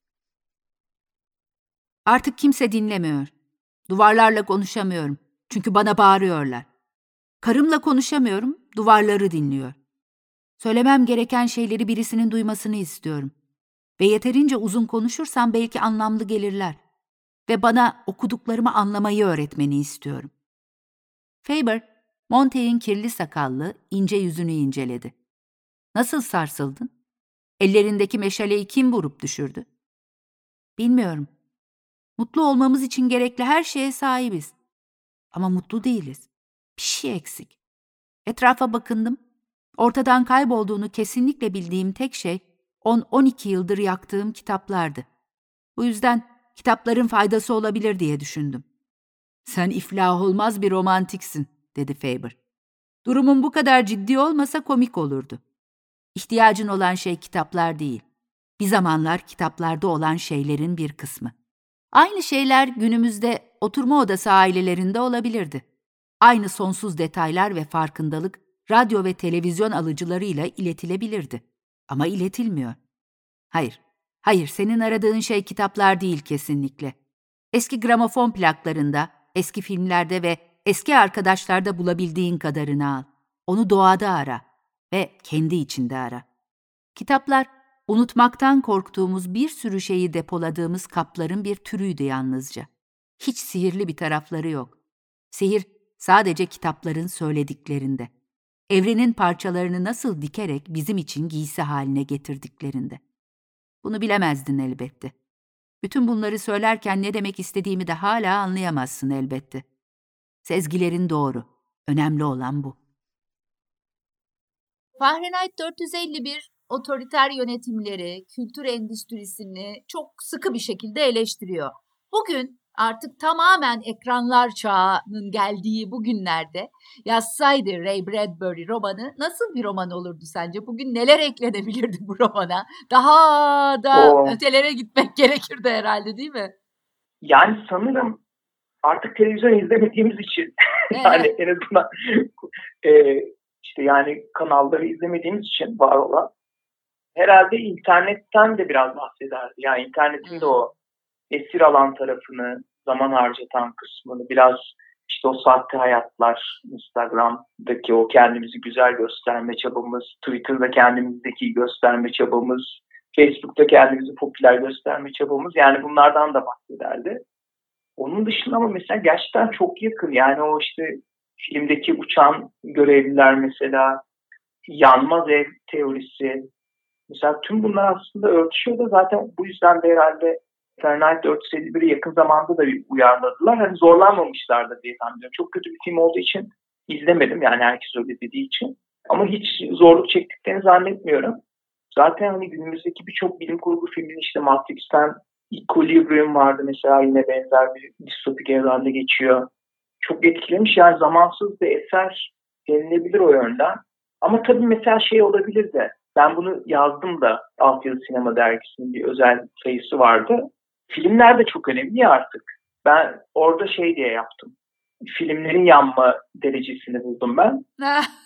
Artık kimse dinlemiyor. Duvarlarla konuşamıyorum. Çünkü bana bağırıyorlar. Karımla konuşamıyorum. Duvarları dinliyor. Söylemem gereken şeyleri birisinin duymasını istiyorum. Ve yeterince uzun konuşursam belki anlamlı gelirler. Ve bana okuduklarımı anlamayı öğretmeni istiyorum. Faber, Montague'in kirli sakallı, ince yüzünü inceledi. Nasıl sarsıldın? Ellerindeki meşaleyi kim vurup düşürdü? Bilmiyorum. Mutlu olmamız için gerekli her şeye sahibiz. Ama mutlu değiliz. Bir şey eksik. Etrafa bakındım. Ortadan kaybolduğunu kesinlikle bildiğim tek şey on on iki yıldır yaktığım kitaplardı. Bu yüzden kitapların faydası olabilir diye düşündüm. Sen iflah olmaz bir romantiksin, dedi Faber. Durumun bu kadar ciddi olmasa komik olurdu. İhtiyacın olan şey kitaplar değil. Bir zamanlar kitaplarda olan şeylerin bir kısmı. Aynı şeyler günümüzde oturma odası ailelerinde olabilirdi. Aynı sonsuz detaylar ve farkındalık radyo ve televizyon alıcılarıyla iletilebilirdi. Ama iletilmiyor. Hayır, hayır senin aradığın şey kitaplar değil kesinlikle. Eski gramofon plaklarında, eski filmlerde ve eski arkadaşlarda bulabildiğin kadarını al. Onu doğada ara ve kendi içinde ara. Kitaplar, unutmaktan korktuğumuz bir sürü şeyi depoladığımız kapların bir türüydü yalnızca. Hiç sihirli bir tarafları yok. Sihir sadece kitapların söylediklerinde. Evrenin parçalarını nasıl dikerek bizim için giysi haline getirdiklerinde. Bunu bilemezdin elbette. Bütün bunları söylerken ne demek istediğimi de hala anlayamazsın elbette. Sezgilerin doğru. Önemli olan bu. Fahrenheit dört yüz elli bir otoriter yönetimleri, kültür endüstrisini çok sıkı bir şekilde eleştiriyor. Bugün artık tamamen ekranlar çağının geldiği bu günlerde yazsaydı Ray Bradbury romanı nasıl bir roman olurdu sence? Bugün neler eklenebilirdi bu romana? Daha da o... ötelere gitmek gerekirdi herhalde, değil mi? Yani sanırım artık televizyon izlemediğimiz için yani en azından e, işte yani kanalları izlemediğimiz için var olan herhalde internetten de biraz bahsederdi. Yani internetin de o esir alan tarafını, zaman harcatan kısmını, biraz işte o sahte hayatlar, Instagram'daki o kendimizi güzel gösterme çabamız, Twitter'da kendimizdeki gösterme çabamız, Facebook'ta kendimizi popüler gösterme çabamız, yani bunlardan da bahsederdi. Onun dışında ama mesela gerçekten çok yakın. Yani o işte filmdeki uçan görevliler mesela, yanmaz ev teorisi. Mesela tüm bunlar aslında örtüşüyor da zaten bu yüzden de herhalde Fahrenheit dört yüz elli bir'i yakın zamanda da uyarladılar. Hani zorlanmamışlardı diye tahmin ediyorum. Çok kötü bir film olduğu için izlemedim. Yani herkes öyle dediği için. Ama hiç zorluk çektiklerini zannetmiyorum. Zaten hani günümüzdeki birçok bilim kurgu filminin işte Matrix'ten Equilibrium vardı mesela, yine benzer bir distopik evrende geçiyor. Çok etkilemiş, yani zamansız bir eser denilebilir o yönden. Ama tabii mesela şey olabilir de, ben bunu yazdım da Altyazı Sinema Dergisi'nin bir özel sayısı vardı. Filmler de çok önemli ya artık. Ben orada şey diye yaptım. Filmlerin yanma derecesini buldum ben.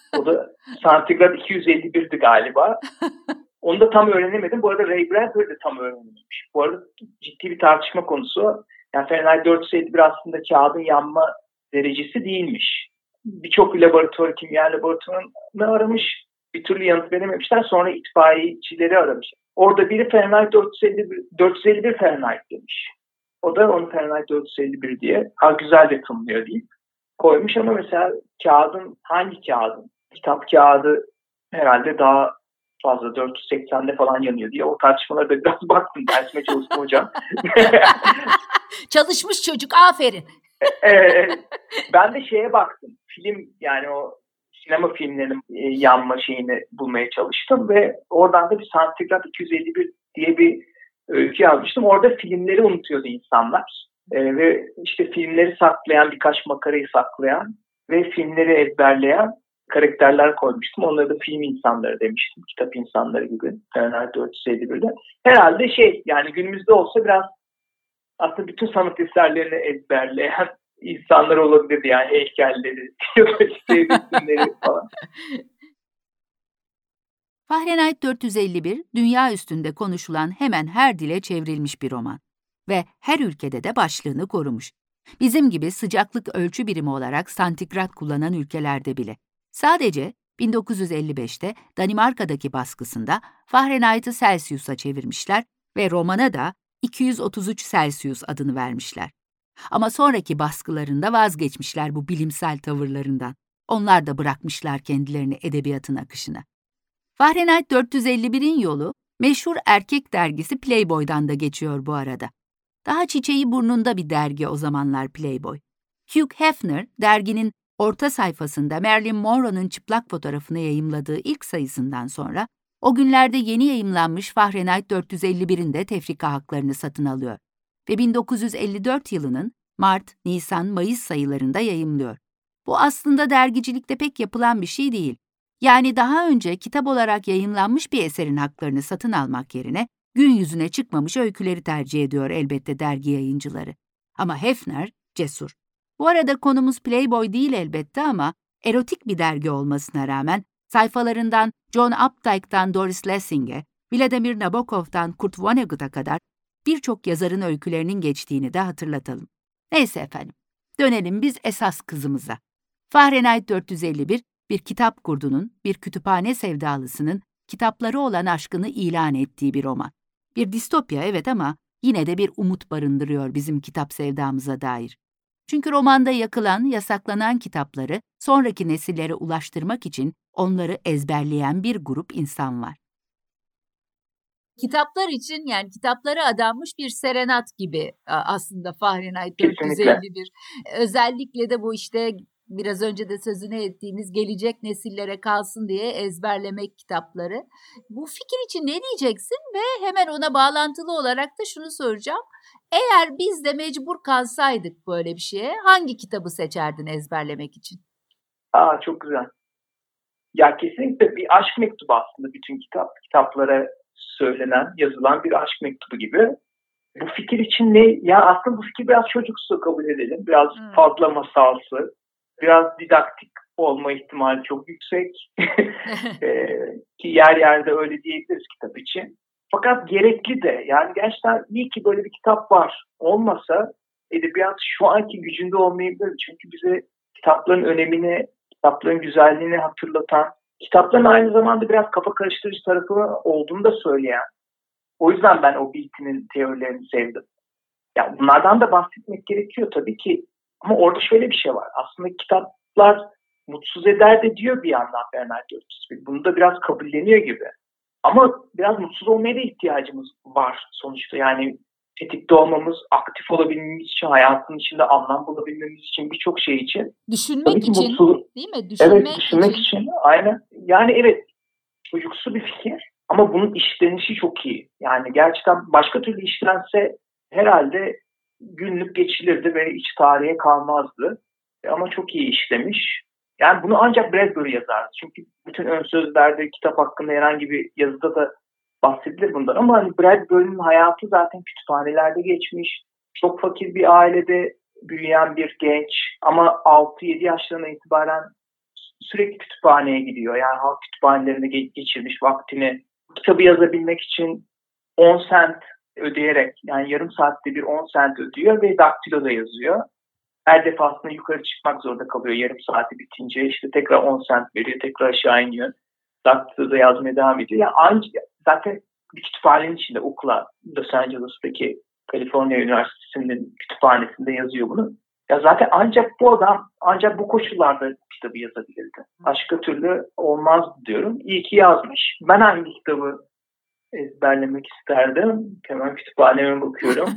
O da santigrat iki yüz elli birdi galiba. Onu da tam öğrenemedim. Bu arada Ray Bradbury de tam öğrenememiş. Bu arada ciddi bir tartışma konusu. Yani Fahrenheit dört yüz elli bir aslında kağıdın yanma derecesi değilmiş. Birçok laboratuvar, kimya laboratuvarını aramış. Bir türlü yanıt verememişler. Sonra itfaiyecileri aramış. Orada biri Fahrenheit dört yüz elli bir, dört yüz elli bir Fahrenheit demiş. O da onu Fahrenheit dört yüz elli bir diye ha güzel de tınlıyor deyip koymuş ama mesela kağıdın hangi kağıdın? Kitap kağıdı herhalde daha fazla dört yüz seksende falan yanıyor diye o tartışmalara da biraz baktım. Dersime çalıştım hocam. Çalışmış çocuk, aferin. ee, ben de şeye baktım. Film yani o sinema filmlerinin e, yanma şeyini bulmaya çalıştım ve oradan da bir santigrat iki yüz elli bir diye bir öykü yazmıştım. Orada filmleri unutuyordu insanlar. E, ve işte filmleri saklayan, birkaç makarayı saklayan ve filmleri ezberleyen karakterler koymuştum. Onları da film insanları demiştim. Kitap insanları gibi. Fahrenheit dört yüz elli birde. Herhalde şey yani günümüzde olsa biraz aslında bütün sanat eserlerini ezberleyen insanlar olabilirdi. Yani heykelleri, resimleri falan. Fahrenheit dört yüz elli bir, dünya üstünde konuşulan hemen her dile çevrilmiş bir roman. Ve her ülkede de başlığını korumuş. Bizim gibi sıcaklık ölçü birimi olarak santigrat kullanan ülkelerde bile. Sadece bin dokuz yüz elli beşte Danimarka'daki baskısında Fahrenheit'ı Celsius'a çevirmişler ve romana da iki yüz otuz üç Celsius adını vermişler. Ama sonraki baskılarında vazgeçmişler bu bilimsel tavırlarından. Onlar da bırakmışlar kendilerini edebiyatın akışına. Fahrenheit dört yüz elli birin yolu meşhur erkek dergisi Playboy'dan da geçiyor bu arada. Daha çiçeği burnunda bir dergi o zamanlar Playboy. Hugh Hefner, derginin orta sayfasında Marilyn Monroe'nun çıplak fotoğrafını yayımladığı ilk sayısından sonra, o günlerde yeni yayımlanmış Fahrenheit dört yüz elli birin de tefrika haklarını satın alıyor ve bin dokuz yüz elli dört yılının Mart, Nisan, Mayıs sayılarında yayımlıyor. Bu aslında dergicilikte pek yapılan bir şey değil. Yani daha önce kitap olarak yayımlanmış bir eserin haklarını satın almak yerine gün yüzüne çıkmamış öyküleri tercih ediyor elbette dergi yayıncıları. Ama Hefner cesur. Bu arada konumuz Playboy değil elbette ama erotik bir dergi olmasına rağmen sayfalarından John Updike'dan Doris Lessing'e, Vladimir Nabokov'dan Kurt Vonnegut'a kadar birçok yazarın öykülerinin geçtiğini de hatırlatalım. Neyse efendim, dönelim biz esas kızımıza. Fahrenheit dört yüz elli bir, bir kitap kurdunun, bir kütüphane sevdalısının kitapları olan aşkını ilan ettiği bir roman. Bir distopya evet ama yine de bir umut barındırıyor bizim kitap sevdamıza dair. Çünkü romanda yakılan, yasaklanan kitapları sonraki nesillere ulaştırmak için onları ezberleyen bir grup insan var. Kitaplar için yani kitaplara adanmış bir serenat gibi aslında Fahrenheit dört yüz elli bir. Özellikle de bu işte biraz önce de sözünü ettiğimiz gelecek nesillere kalsın diye ezberlemek kitapları. Bu fikir için ne diyeceksin ve hemen ona bağlantılı olarak da şunu soracağım. Eğer biz de mecbur kalsaydık böyle bir şeye hangi kitabı seçerdin ezberlemek için? Aa çok güzel. Ya kesinlikle bir aşk mektubu aslında bütün kitap kitaplara söylenen, yazılan bir aşk mektubu gibi. Bu fikir için ne? Ya aslında bu fikir biraz çocuksu kabul edelim. Biraz hmm. fazla masalsı. Biraz didaktik olma ihtimali çok yüksek. ee, ki yer yerde öyle diyebiliriz kitap için. Fakat gerekli de. Yani gerçekten iyi ki böyle bir kitap var. Olmasa edebiyat şu anki gücünde olmayabilir. Çünkü bize kitapların önemini, kitapların güzelliğini hatırlatan, kitapların aynı zamanda biraz kafa karıştırıcı tarafı olduğunu da söyleyen. O yüzden ben o Beattie'nin teorilerini sevdim. Yani bunlardan da bahsetmek gerekiyor tabii ki. Ama orada şöyle bir şey var. Aslında kitaplar mutsuz eder de diyor bir yandan Fahrenheit dört yüz bir. Bunu da biraz kabulleniyor gibi. Ama biraz mutsuz olmaya da ihtiyacımız var sonuçta. Yani tetikte olmamız, aktif olabilmemiz için, hayatın içinde anlam bulabilmemiz için, birçok şey için. Düşünmek için, mutsuz... değil mi? Düşünmek evet, düşünmek için. için. Aynen. Yani evet, çocuksu bir fikir ama bunun işlenişi çok iyi. Yani gerçekten başka türlü işlense herhalde günlük geçilirdi ve hiç tarihe kalmazdı. Ama çok iyi işlemiş. Yani bunu ancak Bradbury yazardı. Çünkü bütün ön sözlerde, kitap hakkında herhangi bir yazıda da bahsedilir bundan. Ama hani Bradbury'nin hayatı zaten kütüphanelerde geçmiş. Çok fakir bir ailede büyüyen bir genç. Ama altı yedi yaşlarına itibaren sürekli kütüphaneye gidiyor. Yani halk kütüphanelerinde geçirmiş vaktini. Kitabı yazabilmek için on sent ödeyerek, yani yarım saatte bir on sent ödüyor ve daktiloda yazıyor. Her defasında yukarı çıkmak zorunda kalıyor yarım saati bitince. İşte tekrar on sent veriyor, tekrar aşağı iniyor. Daktiloda yazmaya devam ediyor. Yani ancak zaten bir kütüphanenin içinde, okula, Los Angeles'taki Kaliforniya Üniversitesi'nin kütüphanesinde yazıyor bunu. Ya zaten ancak bu adam ancak bu koşullarda kitabı yazabilirdi. Başka türlü olmaz diyorum. İyi ki yazmış. Ben hangi kitabı ezberlemek isterdim? Hemen kütüphaneme bakıyorum.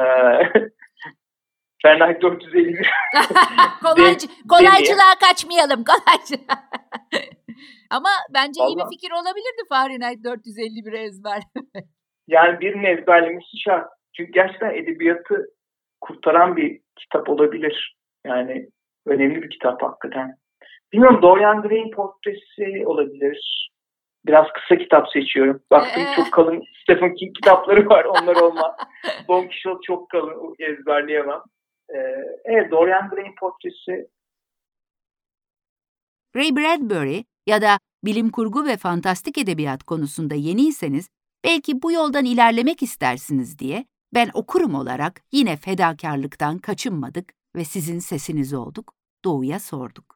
Fahrenheit dört yüz elli bir. Kolaycı, kolaycılığa kaçmayalım. Kolaycılığa. Ama bence Vallahi, iyi bir fikir olabilirdi Fahrenheit dört yüz elli biri ezberlemek. Yani birinin ezberlemesi şart. Çünkü gerçekten edebiyatı kurtaran bir kitap olabilir. Yani önemli bir kitap hakikaten. Bilmiyorum, Dorian Gray'in portresi olabilir. Biraz kısa kitap seçiyorum. Baktım ee... çok kalın Stephen King kitapları var. Onlar olmaz. Don Quixote çok kalın. Ezberleyemem. Ee, evet, Dorian Gray'in portresi. Ray Bradbury ya da bilim kurgu ve fantastik edebiyat konusunda yeniyseniz belki bu yoldan ilerlemek istersiniz diye ben okurum olarak yine fedakarlıktan kaçınmadık ve sizin sesiniz olduk, Doğu'ya sorduk.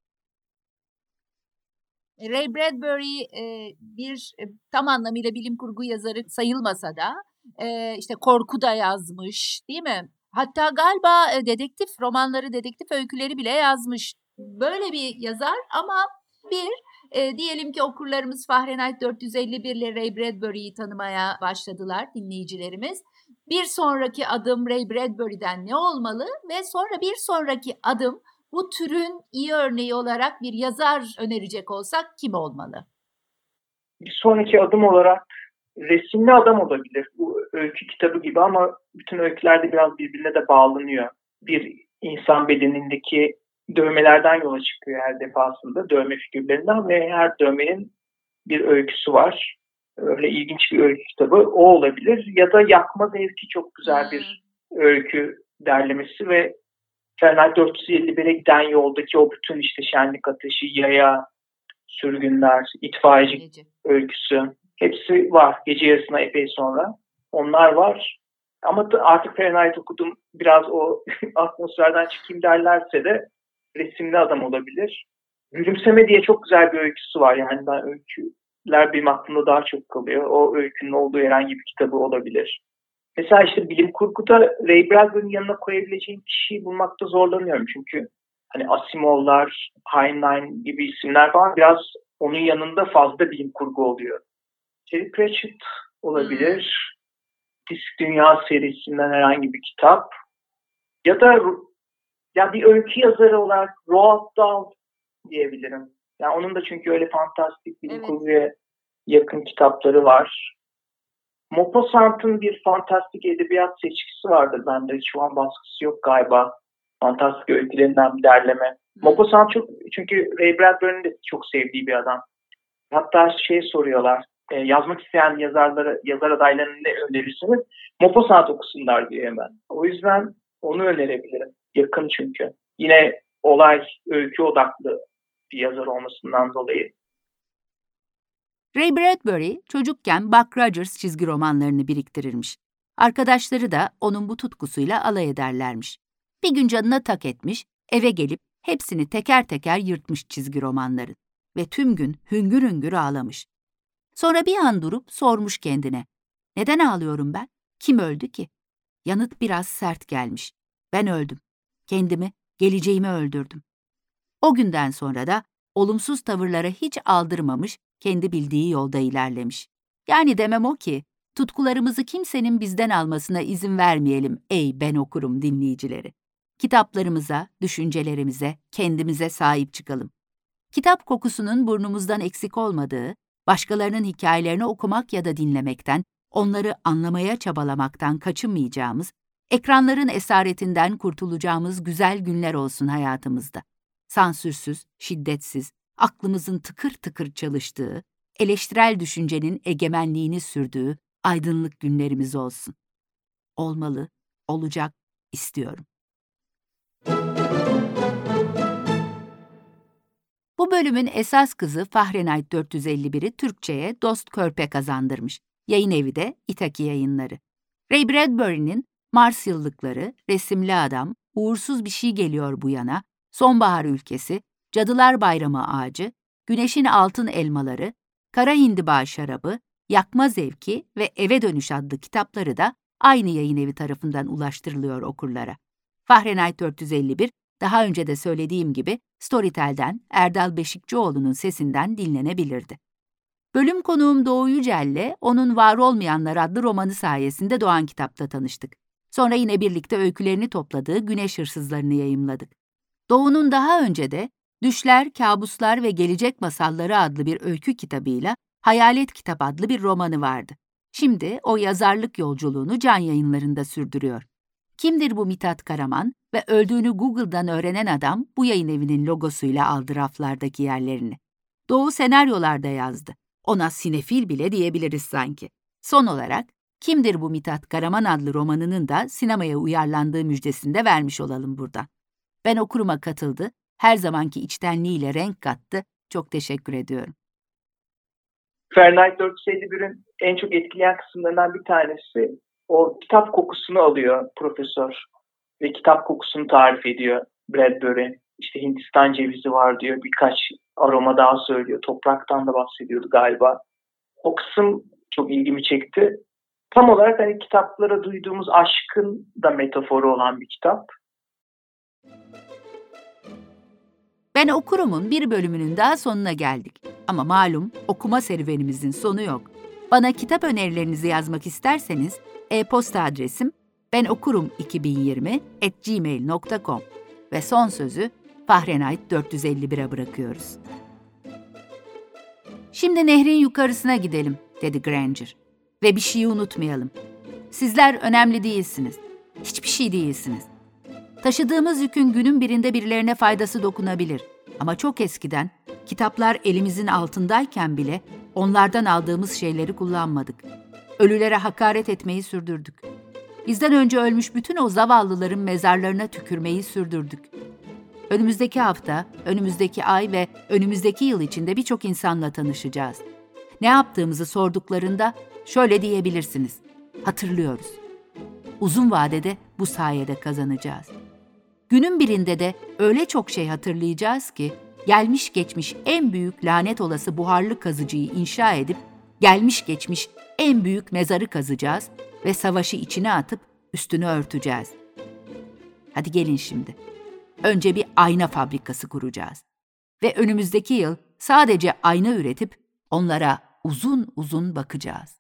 Ray Bradbury e, bir e, tam anlamıyla bilim kurgu yazarı sayılmasa da e, işte korku da yazmış, değil mi? Hatta galiba e, dedektif romanları, dedektif öyküleri bile yazmış. Böyle bir yazar ama bir e, diyelim ki okurlarımız Fahrenheit dört yüz elli bir ile Ray Bradbury'yi tanımaya başladılar, dinleyicilerimiz. Bir sonraki adım Ray Bradbury'den ne olmalı ve sonra bir sonraki adım bu türün iyi örneği olarak bir yazar önerecek olsak kim olmalı? Bir sonraki adım olarak resimli adam olabilir. Bu öykü kitabı gibi ama bütün öykülerde biraz birbirine de bağlanıyor. Bir insan bedenindeki dövmelerden yola çıkıyor her defasında, dövme figürlerinden ve her dövmenin bir öyküsü var. Öyle ilginç bir öykü kitabı o olabilir. Ya da Yakma Zevki çok güzel bir öykü derlemesi ve Fahrenheit dört yüz elli bire giden yoldaki o bütün işte şenlik ateşi, yaya, sürgünler, itfaiyeci Gece. öyküsü hepsi var. Gece yarısına epey sonra. Onlar var. Ama artık Fahrenheit okudum, biraz o atmosferden çıkayım derlerse de resimli adam olabilir. Gülümseme diye çok güzel bir öyküsü var. Yani ben öyküler benim aklımda daha çok kalıyor. O öykünün olduğu herhangi bir kitabı olabilir. Mesela işte bilim kurguda Ray Bradbury'nin yanına koyabileceğim kişiyi bulmakta zorlanıyorum. Çünkü hani Asimov'lar, Heinlein gibi isimler falan biraz onun yanında fazla bilim kurgu oluyor. Terry Pratchett olabilir. Hmm. Disk Dünya serisinden herhangi bir kitap. Ya da ya bir öykü yazarı olarak Roald Dahl diyebilirim. Yani onun da çünkü öyle fantastik bilim evet. kurguya yakın kitapları var. Maupassant'ın bir fantastik edebiyat seçkisi vardır bende. Şu an baskısı yok galiba. Fantastik öykülerinden bir derleme. Hmm. Maupassant çok, çünkü Ray Bradbury'nin de çok sevdiği bir adam. Hatta şey soruyorlar. E, yazmak isteyen yazarlara, yazar adaylarını ne önerirsiniz? Maupassant okusunlar diye hemen. O yüzden onu önerebilirim. Yakın çünkü. Yine olay, öykü odaklı bir yazar olmasından dolayı. Ray Bradbury çocukken Buck Rogers çizgi romanlarını biriktirirmiş. Arkadaşları da onun bu tutkusuyla alay ederlermiş. Bir gün canına tak etmiş, eve gelip hepsini teker teker yırtmış çizgi romanların ve tüm gün hüngür hüngür ağlamış. Sonra bir an durup sormuş kendine, neden ağlıyorum ben? Kim öldü ki? Yanıt biraz sert gelmiş. Ben öldüm. Kendimi, geleceğimi öldürdüm. O günden sonra da olumsuz tavırlara hiç aldırmamış, kendi bildiği yolda ilerlemiş. Yani demem o ki, tutkularımızı kimsenin bizden almasına izin vermeyelim ey ben okurum dinleyicileri. Kitaplarımıza, düşüncelerimize, kendimize sahip çıkalım. Kitap kokusunun burnumuzdan eksik olmadığı, başkalarının hikayelerini okumak ya da dinlemekten, onları anlamaya çabalamaktan kaçınmayacağımız, ekranların esaretinden kurtulacağımız güzel günler olsun hayatımızda. Sansürsüz, şiddetsiz, aklımızın tıkır tıkır çalıştığı, eleştirel düşüncenin egemenliğini sürdüğü aydınlık günlerimiz olsun. Olmalı, olacak, istiyorum. Bu bölümün esas kızı Fahrenheit dört yüz elli bir'i Türkçe'ye Dost Körpe kazandırmış. Yayın evi de İtaki Yayınları. Ray Bradbury'nin Mars Yıllıkları, Resimli Adam, Uğursuz Bir Şey Geliyor Bu Yana, Sonbahar Ülkesi, Cadılar Bayramı Ağacı, Güneşin Altın Elmaları, Kara Hindiba Şarabı, Yakma Zevki ve Eve Dönüş adlı kitapları da aynı yayın evi tarafından ulaştırılıyor okurlara. Fahrenheit dört yüz elli bir, daha önce de söylediğim gibi Storytel'den Erdal Beşikçioğlu'nun sesinden dinlenebilirdi. Bölüm konuğum Doğu Yücel'le onun Var Olmayanlar adlı romanı sayesinde Doğan Kitap'ta tanıştık. Sonra yine birlikte öykülerini topladığı Güneş Hırsızlarını yayımladık. Doğu'nun daha önce de Düşler, Kabuslar ve Gelecek Masalları adlı bir öykü kitabıyla Hayalet Kitap adlı bir romanı vardı. Şimdi o yazarlık yolculuğunu Can Yayınları'nda sürdürüyor. Kimdir bu Mithat Karaman ve öldüğünü Google'dan öğrenen adam bu yayın evinin logosuyla aldı raflardaki yerlerini. Doğu senaryolarda yazdı. Ona sinefil bile diyebiliriz sanki. Son olarak Kimdir bu Mithat Karaman adlı romanının da sinemaya uyarlandığı müjdesini de vermiş olalım buradan. Ben okuruma katıldı, her zamanki içtenliğiyle renk kattı. Çok teşekkür ediyorum. Fahrenheit dört yüz elli bir'in en çok etkileyen kısımlarından bir tanesi o kitap kokusunu alıyor profesör ve kitap kokusunu tarif ediyor Bradbury. İşte Hindistan cevizi var diyor, birkaç aroma daha söylüyor. Topraktan da bahsediyordu galiba. O kısım çok ilgimi çekti. Tam olarak hani kitaplara duyduğumuz aşkın da metaforu olan bir kitap. Ben okurumun bir bölümünün daha sonuna geldik. Ama malum okuma serüvenimizin sonu yok. Bana kitap önerilerinizi yazmak isterseniz e-posta adresim benokurum iki bin yirmi at gmail nokta com ve son sözü Fahrenheit dört yüz elli bir'e bırakıyoruz. Şimdi nehrin yukarısına gidelim, dedi Granger. Ve bir şeyi unutmayalım. Sizler önemli değilsiniz. Hiçbir şey değilsiniz. Taşıdığımız yükün günün birinde birilerine faydası dokunabilir. Ama çok eskiden, kitaplar elimizin altındayken bile onlardan aldığımız şeyleri kullanmadık. Ölülere hakaret etmeyi sürdürdük. Bizden önce ölmüş bütün o zavallıların mezarlarına tükürmeyi sürdürdük. Önümüzdeki hafta, önümüzdeki ay ve önümüzdeki yıl içinde birçok insanla tanışacağız. Ne yaptığımızı sorduklarında şöyle diyebilirsiniz: hatırlıyoruz. Uzun vadede bu sayede kazanacağız. Günün birinde de öyle çok şey hatırlayacağız ki, gelmiş geçmiş en büyük lanet olası buharlı kazıcıyı inşa edip, gelmiş geçmiş en büyük mezarı kazacağız ve savaşı içine atıp üstünü örteceğiz. Hadi gelin şimdi. Önce bir ayna fabrikası kuracağız. Ve önümüzdeki yıl sadece ayna üretip onlara uzun uzun bakacağız.